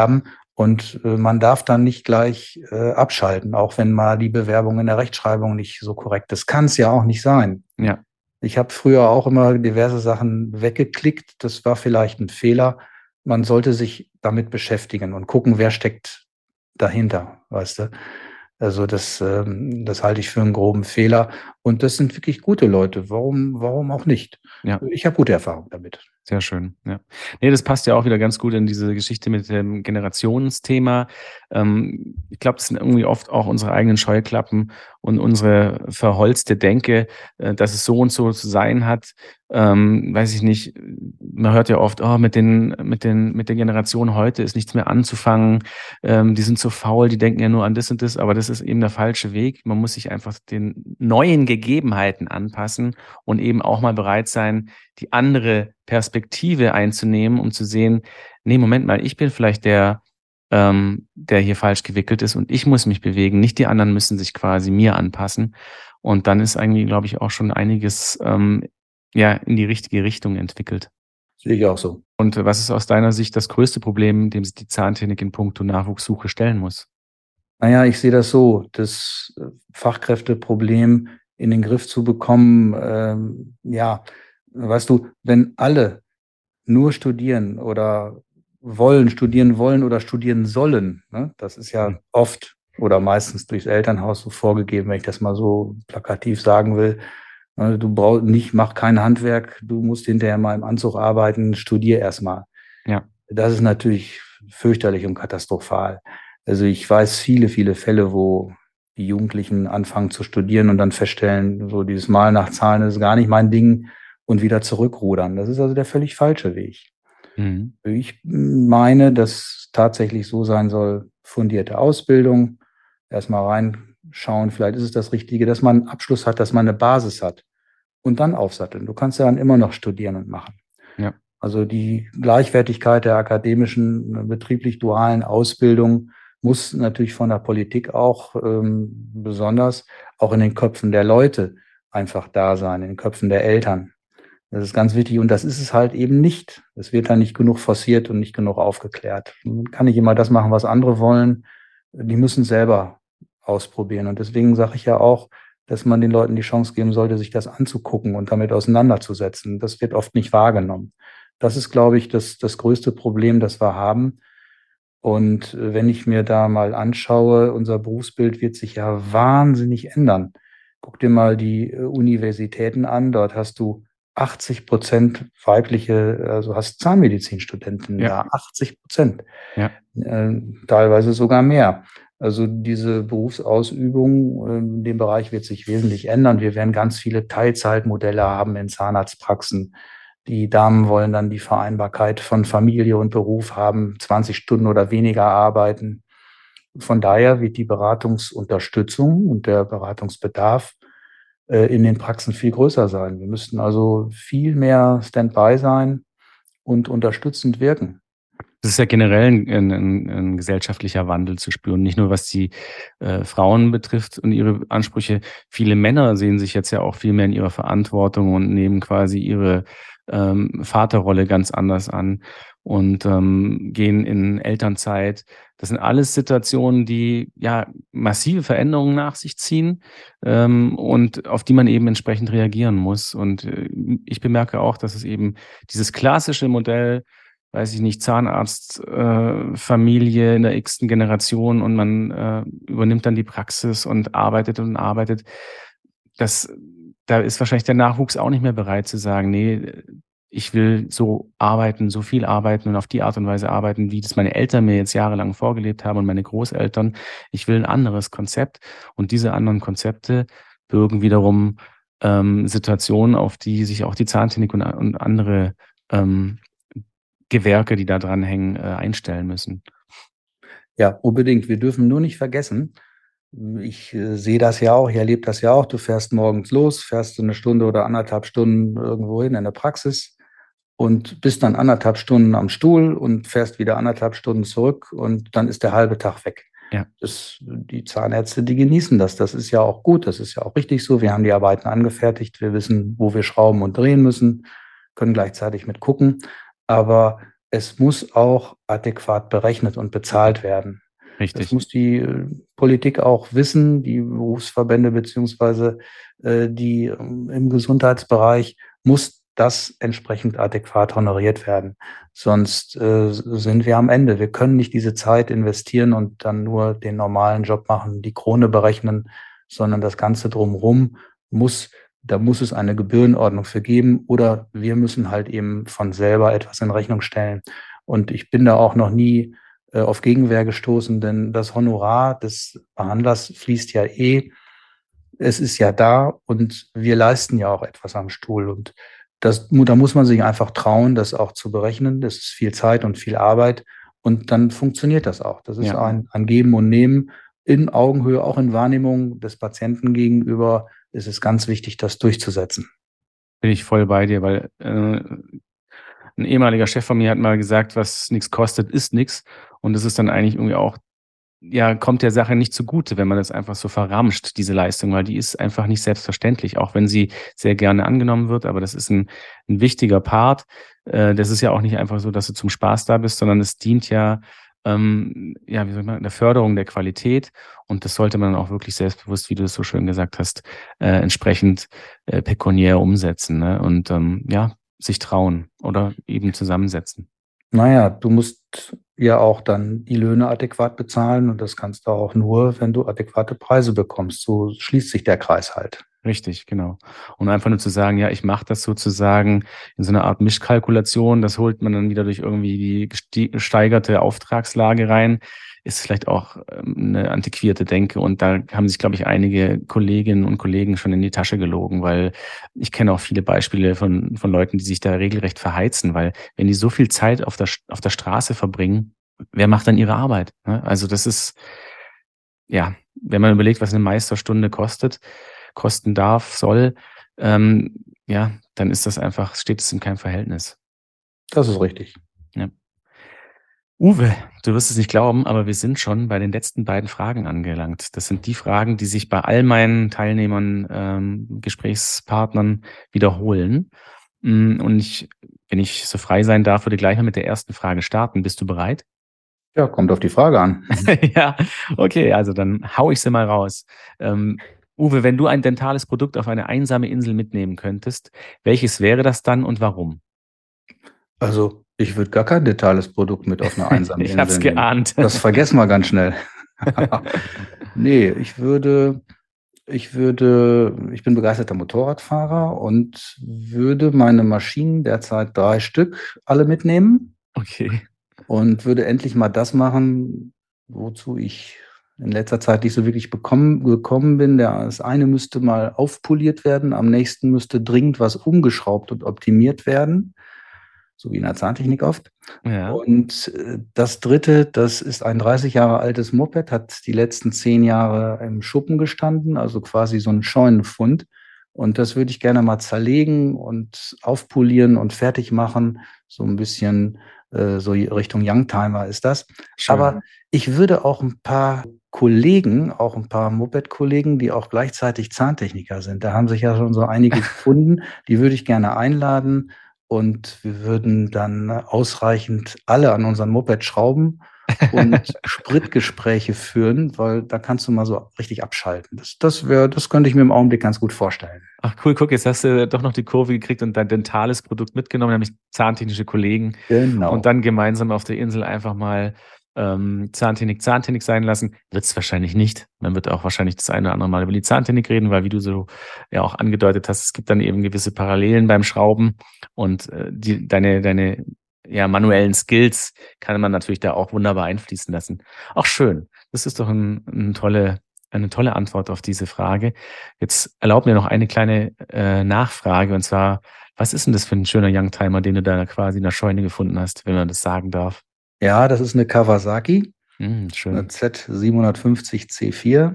Und äh, man darf dann nicht gleich äh, abschalten, auch wenn mal die Bewerbung in der Rechtschreibung nicht so korrekt ist. Kann es ja auch nicht sein. Ja. Ich habe früher auch immer diverse Sachen weggeklickt. Das war vielleicht ein Fehler. Man sollte sich damit beschäftigen und gucken, wer steckt dahinter, weißt du. Also das, ähm, das halte ich für einen groben Fehler. Und das sind wirklich gute Leute. Warum, warum auch nicht? Ja. Ich habe gute Erfahrungen damit. Sehr schön, ja. Nee, das passt ja auch wieder ganz gut in diese Geschichte mit dem Generationsthema. Ähm, ich glaube, das sind irgendwie oft auch unsere eigenen Scheuklappen und unsere verholzte Denke, äh, dass es so und so zu sein hat. Ähm, weiß ich nicht, man hört ja oft, oh, mit den, mit den, mit der Generation heute ist nichts mehr anzufangen. Ähm, die sind so faul, die denken ja nur an das und das, aber das ist eben der falsche Weg. Man muss sich einfach den neuen Gegebenheiten anpassen und eben auch mal bereit sein, die andere Perspektive einzunehmen, um zu sehen, nee, Moment mal, ich bin vielleicht der, ähm, der hier falsch gewickelt ist und ich muss mich bewegen, nicht die anderen müssen sich quasi mir anpassen. Und dann ist eigentlich, glaube ich, auch schon einiges ähm, ja, in die richtige Richtung entwickelt. Sehe ich auch so. Und was ist aus deiner Sicht das größte Problem, dem sich die Zahntechnik in puncto Nachwuchssuche stellen muss? Naja, ich sehe das so, das Fachkräfteproblem in den Griff zu bekommen, ähm, ja, weißt du, wenn alle nur studieren oder wollen, studieren wollen oder studieren sollen, ne, das ist ja oft oder meistens durchs Elternhaus so vorgegeben, wenn ich das mal so plakativ sagen will. Du brauchst nicht, mach kein Handwerk, du musst hinterher mal im Anzug arbeiten, studier erstmal. Ja. Das ist natürlich fürchterlich und katastrophal. Also ich weiß viele, viele Fälle, wo die Jugendlichen anfangen zu studieren und dann feststellen, so dieses Mal nach Zahlen ist gar nicht mein Ding und wieder zurückrudern. Das ist also der völlig falsche Weg. Mhm. Ich meine, dass tatsächlich so sein soll, fundierte Ausbildung, erstmal reinschauen, vielleicht ist es das Richtige, dass man einen Abschluss hat, dass man eine Basis hat und dann aufsatteln. Du kannst ja dann immer noch studieren und machen. Ja. Also die Gleichwertigkeit der akademischen, betrieblich-dualen Ausbildung muss natürlich von der Politik auch ähm, besonders auch in den Köpfen der Leute einfach da sein, in den Köpfen der Eltern. Das ist ganz wichtig und das ist es halt eben nicht. Es wird da nicht genug forciert und nicht genug aufgeklärt. Man kann nicht immer das machen, was andere wollen. Die müssen selber ausprobieren und deswegen sage ich ja auch, dass man den Leuten die Chance geben sollte, sich das anzugucken und damit auseinanderzusetzen. Das wird oft nicht wahrgenommen. Das ist, glaube ich, das, das größte Problem, das wir haben. Und wenn ich mir da mal anschaue, unser Berufsbild wird sich ja wahnsinnig ändern. Guck dir mal die Universitäten an. Dort hast du achtzig Prozent weibliche, also hast Zahnmedizinstudenten, ja, ja achtzig Prozent. Ja. Äh, teilweise sogar mehr. Also diese Berufsausübung in dem Bereich wird sich wesentlich ändern. Wir werden ganz viele Teilzeitmodelle haben in Zahnarztpraxen. Die Damen wollen dann die Vereinbarkeit von Familie und Beruf haben, zwanzig Stunden oder weniger arbeiten. Von daher wird die Beratungsunterstützung und der Beratungsbedarf äh, in den Praxen viel größer sein. Wir müssten also viel mehr Standby sein und unterstützend wirken. Das ist ja generell ein, ein, ein gesellschaftlicher Wandel zu spüren, nicht nur was die äh, Frauen betrifft und ihre Ansprüche. Viele Männer sehen sich jetzt ja auch viel mehr in ihrer Verantwortung und nehmen quasi ihre ähm, Vaterrolle ganz anders an und ähm, gehen in Elternzeit. Das sind alles Situationen, die ja massive Veränderungen nach sich ziehen ähm, und auf die man eben entsprechend reagieren muss. Und äh, ich bemerke auch, dass es eben dieses klassische Modell, weiß ich nicht, Zahnarzt, äh, Familie in der x-ten Generation und man äh, übernimmt dann die Praxis und arbeitet und arbeitet. Das, da ist wahrscheinlich der Nachwuchs auch nicht mehr bereit zu sagen, nee, ich will so arbeiten, so viel arbeiten und auf die Art und Weise arbeiten, wie das meine Eltern mir jetzt jahrelang vorgelebt haben und meine Großeltern. Ich will ein anderes Konzept und diese anderen Konzepte bürgen wiederum ähm, Situationen, auf die sich auch die Zahntechnik und, und andere ähm, Gewerke, die da dran hängen, einstellen müssen. Ja, unbedingt. Wir dürfen nur nicht vergessen, ich äh, sehe das ja auch, ich erlebe das ja auch, du fährst morgens los, fährst eine Stunde oder anderthalb Stunden irgendwo hin in der Praxis und bist dann anderthalb Stunden am Stuhl und fährst wieder anderthalb Stunden zurück und dann ist der halbe Tag weg. Ja. Das, die Zahnärzte, die genießen das. Das ist ja auch gut, das ist ja auch richtig so. Wir haben die Arbeiten angefertigt, wir wissen, wo wir schrauben und drehen müssen, können gleichzeitig mit gucken. Aber es muss auch adäquat berechnet und bezahlt werden. Richtig. Das muss die äh, Politik auch wissen, die Berufsverbände beziehungsweise äh, die ähm, im Gesundheitsbereich muss das entsprechend adäquat honoriert werden. Sonst äh, sind wir am Ende. Wir können nicht diese Zeit investieren und dann nur den normalen Job machen, die Krone berechnen, sondern das Ganze drumherum muss, da muss es eine Gebührenordnung für geben oder wir müssen halt eben von selber etwas in Rechnung stellen. Und ich bin da auch noch nie äh, auf Gegenwehr gestoßen, denn das Honorar des Behandlers fließt ja eh. Es ist ja da und wir leisten ja auch etwas am Stuhl. Und das, da muss man sich einfach trauen, das auch zu berechnen. Das ist viel Zeit und viel Arbeit. Und dann funktioniert das auch. Das ist Ja. ein, ein Geben und Nehmen in Augenhöhe, auch in Wahrnehmung des Patienten gegenüber. Ist es ganz wichtig, das durchzusetzen. Bin ich voll bei dir, weil äh, ein ehemaliger Chef von mir hat mal gesagt, was nichts kostet, ist nichts. Und das ist dann eigentlich irgendwie auch, ja, kommt der Sache nicht zugute, wenn man das einfach so verramscht, diese Leistung, weil die ist einfach nicht selbstverständlich, auch wenn sie sehr gerne angenommen wird. Aber das ist ein, ein wichtiger Part. Äh, das ist ja auch nicht einfach so, dass du zum Spaß da bist, sondern es dient ja, ähm, ja, wie soll man, der Förderung der Qualität. Und das sollte man auch wirklich selbstbewusst, wie du es so schön gesagt hast, äh, entsprechend äh, pekuniär umsetzen, ne? Und ähm, ja, sich trauen oder eben zusammensetzen. Naja, du musst ja auch dann die Löhne adäquat bezahlen und das kannst du auch nur, wenn du adäquate Preise bekommst. So schließt sich der Kreis halt. Richtig, genau. Und einfach nur zu sagen, ja, ich mache das sozusagen in so einer Art Mischkalkulation, das holt man dann wieder durch irgendwie die gesteigerte Auftragslage rein, ist vielleicht auch ähm, eine antiquierte Denke. Und da haben sich, glaube ich, einige Kolleginnen und Kollegen schon in die Tasche gelogen, weil ich kenne auch viele Beispiele von, von Leuten, die sich da regelrecht verheizen, weil wenn die so viel Zeit auf der, auf der Straße verbringen, wer macht dann ihre Arbeit? Ne? Also das ist, ja, wenn man überlegt, was eine Meisterstunde kostet, kosten darf, soll, ähm, ja, dann ist das einfach, steht es in keinem Verhältnis. Das ist richtig. Ja. Uwe, du wirst es nicht glauben, aber wir sind schon bei den letzten beiden Fragen angelangt. Das sind die Fragen, die sich bei all meinen Teilnehmern, ähm, Gesprächspartnern wiederholen. Und ich, wenn ich so frei sein darf, würde gleich mal mit der ersten Frage starten. Bist du bereit? Ja, kommt auf die Frage an. Ja, okay, also dann hau ich sie mal raus. Ähm, Uwe, wenn du ein dentales Produkt auf eine einsame Insel mitnehmen könntest, welches wäre das dann und warum? Also, ich würde gar kein dentales Produkt mit auf eine einsame Ich Insel hab's nehmen. geahnt. Das vergessen wir ganz schnell. Nee, ich würde, ich würde, ich bin begeisterter Motorradfahrer und würde meine Maschinen, derzeit drei Stück, alle mitnehmen Okay. und würde endlich mal das machen, wozu ich in letzter Zeit nicht so wirklich bekommen, gekommen bin. Das eine müsste mal aufpoliert werden, am nächsten müsste dringend was umgeschraubt und optimiert werden, so wie in der Zahntechnik oft. Ja. Und äh, das dritte, das ist ein dreißig Jahre altes Moped, hat die letzten zehn Jahre im Schuppen gestanden, also quasi so ein Scheunenfund. Und das würde ich gerne mal zerlegen und aufpolieren und fertig machen. So ein bisschen äh, so Richtung Youngtimer ist das. Schön. Aber ich würde auch ein paar Kollegen, auch ein paar Moped-Kollegen, die auch gleichzeitig Zahntechniker sind, da haben sich ja schon so einige gefunden, die würde ich gerne einladen. Und wir würden dann ausreichend alle an unseren Moped schrauben und Spritgespräche führen, weil da kannst du mal so richtig abschalten. Das, das, wär, das könnte ich mir im Augenblick ganz gut vorstellen. Ach cool, guck, jetzt hast du doch noch die Kurve gekriegt und dein dentales Produkt mitgenommen, nämlich zahntechnische Kollegen. Genau. Und dann gemeinsam auf der Insel einfach mal ähm, Zahntechnik, Zahntechnik sein lassen. Wird es wahrscheinlich nicht. Man wird auch wahrscheinlich das eine oder andere Mal über die Zahntechnik reden, weil wie du so ja auch angedeutet hast, es gibt dann eben gewisse Parallelen beim Schrauben und äh, die, deine, deine ja, manuellen Skills kann man natürlich da auch wunderbar einfließen lassen. Auch schön. Das ist doch ein, ein tolle, eine tolle Antwort auf diese Frage. Jetzt erlaub mir noch eine kleine äh, Nachfrage und zwar, was ist denn das für ein schöner Youngtimer, den du da quasi in der Scheune gefunden hast, wenn man das sagen darf? Ja, das ist eine Kawasaki, Hm, schön. eine Z siebenhundertfünfzig C vier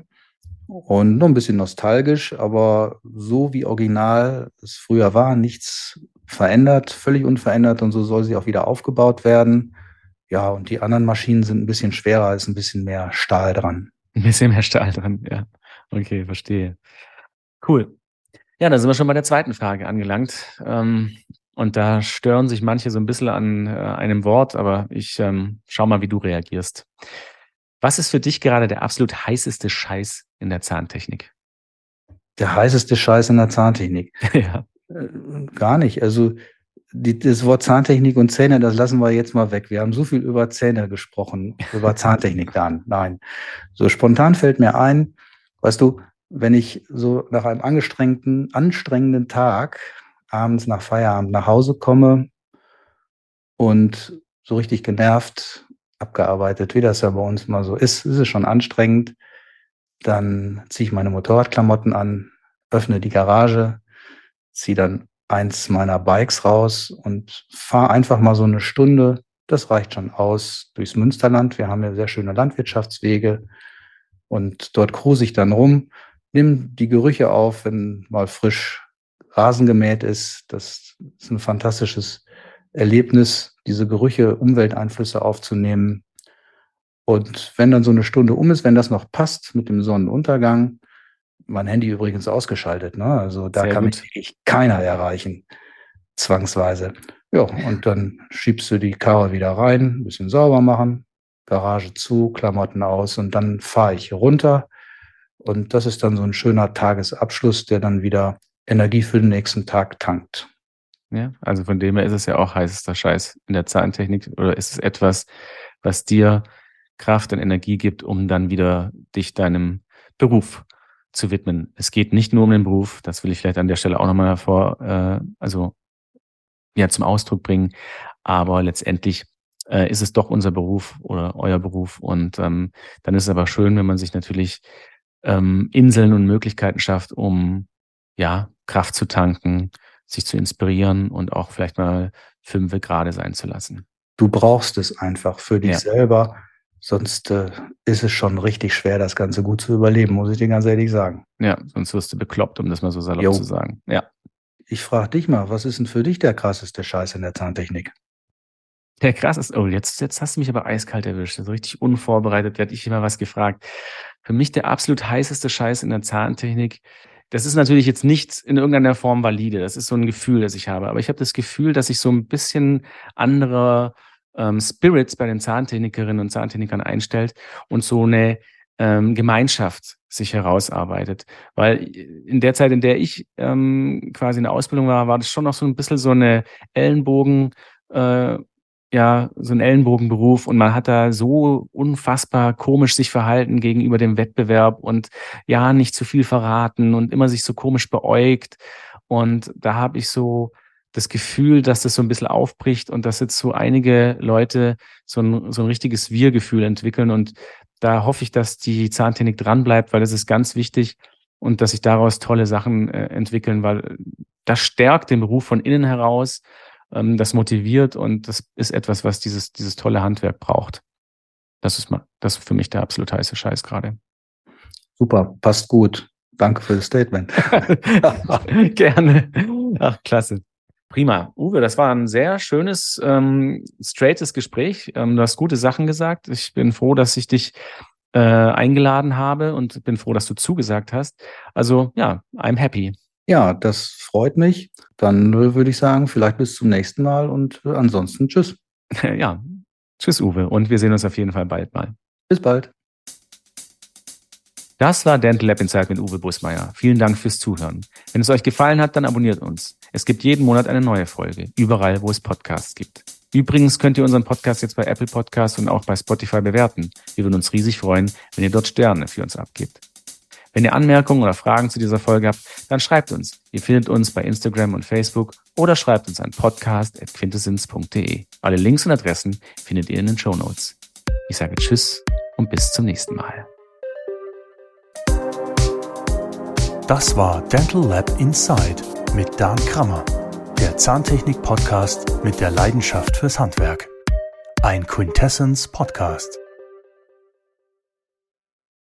und noch ein bisschen nostalgisch, aber so wie original es früher war, nichts verändert, völlig unverändert und so soll sie auch wieder aufgebaut werden. Ja, und die anderen Maschinen sind ein bisschen schwerer, ist ein bisschen mehr Stahl dran. Ein bisschen mehr Stahl dran, ja. Okay, verstehe. Cool. Ja, dann sind wir schon bei der zweiten Frage angelangt. Ähm, Und da stören sich manche so ein bisschen an äh, einem Wort, aber ich ähm, schau mal, wie du reagierst. Was ist für dich gerade der absolut heißeste Scheiß in der Zahntechnik? Der heißeste Scheiß in der Zahntechnik. Ja. Äh, gar nicht. Also die, das Wort Zahntechnik und Zähne, das lassen wir jetzt mal weg. Wir haben so viel über Zähne gesprochen, über Zahntechnik dann. Nein. So spontan fällt mir ein, weißt du, wenn ich so nach einem angestrengten, anstrengenden Tag abends nach Feierabend nach Hause komme und so richtig genervt, abgearbeitet, wie das ja bei uns mal so ist, ist es schon anstrengend. Dann ziehe ich meine Motorradklamotten an, öffne die Garage, ziehe dann eins meiner Bikes raus und fahre einfach mal so eine Stunde, das reicht schon aus, durchs Münsterland. Wir haben ja sehr schöne Landwirtschaftswege und dort cruise ich dann rum, nehme die Gerüche auf, wenn mal frisch Rasen gemäht ist. Das ist ein fantastisches Erlebnis, diese Gerüche, Umwelteinflüsse aufzunehmen. Und wenn dann so eine Stunde um ist, wenn das noch passt mit dem Sonnenuntergang, mein Handy übrigens ausgeschaltet, ne? Also da Sehr kann gut. mich wirklich keiner erreichen, zwangsweise. Ja, und dann schiebst du die Karre wieder rein, ein bisschen sauber machen, Garage zu, Klamotten aus und dann fahre ich runter. Und das ist dann so ein schöner Tagesabschluss, der dann wieder Energie für den nächsten Tag tankt. Ja, also von dem her ist es ja auch heißester Scheiß in der Zahntechnik, oder ist es etwas, was dir Kraft und Energie gibt, um dann wieder dich deinem Beruf zu widmen. Es geht nicht nur um den Beruf, das will ich vielleicht an der Stelle auch nochmal hervor, äh, also ja, zum Ausdruck bringen, aber letztendlich äh, ist es doch unser Beruf oder euer Beruf und ähm, dann ist es aber schön, wenn man sich natürlich ähm, Inseln und Möglichkeiten schafft, um ja Kraft zu tanken, sich zu inspirieren und auch vielleicht mal fünfe gerade sein zu lassen. Du brauchst es einfach für dich Ja. selber, sonst äh, ist es schon richtig schwer, das Ganze gut zu überleben, muss ich dir ganz ehrlich sagen. Ja, sonst wirst du bekloppt, um das mal so salopp Jo. zu sagen. Ja. Ich frage dich mal, was ist denn für dich der krasseste Scheiß in der Zahntechnik? Der krass ist, oh, jetzt, jetzt hast du mich aber eiskalt erwischt. So richtig unvorbereitet werde ich immer was gefragt. Für mich der absolut heißeste Scheiß in der Zahntechnik, das ist natürlich jetzt nicht in irgendeiner Form valide. Das ist so ein Gefühl, das ich habe. Aber ich habe das Gefühl, dass sich so ein bisschen andere ähm, Spirits bei den Zahntechnikerinnen und Zahntechnikern einstellt und so eine ähm, Gemeinschaft sich herausarbeitet. Weil in der Zeit, in der ich ähm, quasi in der Ausbildung war, war das schon noch so ein bisschen so eine Ellenbogen, äh, ja, so ein Ellenbogenberuf und man hat da so unfassbar komisch sich verhalten gegenüber dem Wettbewerb und ja, nicht zu viel verraten und immer sich so komisch beäugt. Und da habe ich so das Gefühl, dass das so ein bisschen aufbricht und dass jetzt so einige Leute so ein, so ein richtiges Wir-Gefühl entwickeln. Und da hoffe ich, dass die Zahntechnik dranbleibt, weil das ist ganz wichtig und dass sich daraus tolle Sachen äh, entwickeln, weil das stärkt den Beruf von innen heraus. Das motiviert und das ist etwas, was dieses, dieses tolle Handwerk braucht. Das ist mal, das ist für mich der absolut heiße Scheiß gerade. Super, passt gut. Danke für das Statement. Gerne. Ach, klasse. Prima. Uwe, das war ein sehr schönes, ähm, straightes Gespräch. Ähm, du hast gute Sachen gesagt. Ich bin froh, dass ich dich äh, eingeladen habe und bin froh, dass du zugesagt hast. Also ja, I'm happy. Ja, das freut mich. Dann äh, würde ich sagen, vielleicht bis zum nächsten Mal und äh, ansonsten tschüss. Ja, tschüss Uwe und wir sehen uns auf jeden Fall bald mal. Bis bald. Das war Dental Lab Inside mit Uwe Busmeier. Vielen Dank fürs Zuhören. Wenn es euch gefallen hat, dann abonniert uns. Es gibt jeden Monat eine neue Folge, überall, wo es Podcasts gibt. Übrigens könnt ihr unseren Podcast jetzt bei Apple Podcasts und auch bei Spotify bewerten. Wir würden uns riesig freuen, wenn ihr dort Sterne für uns abgebt. Wenn ihr Anmerkungen oder Fragen zu dieser Folge habt, dann schreibt uns. Ihr findet uns bei Instagram und Facebook oder schreibt uns an podcast at quintessens punkt de. Alle Links und Adressen findet ihr in den Shownotes. Ich sage Tschüss und bis zum nächsten Mal. Das war Dental Lab Inside mit Dan Krammer, der Zahntechnik-Podcast mit der Leidenschaft fürs Handwerk. Ein Quintessens Podcast.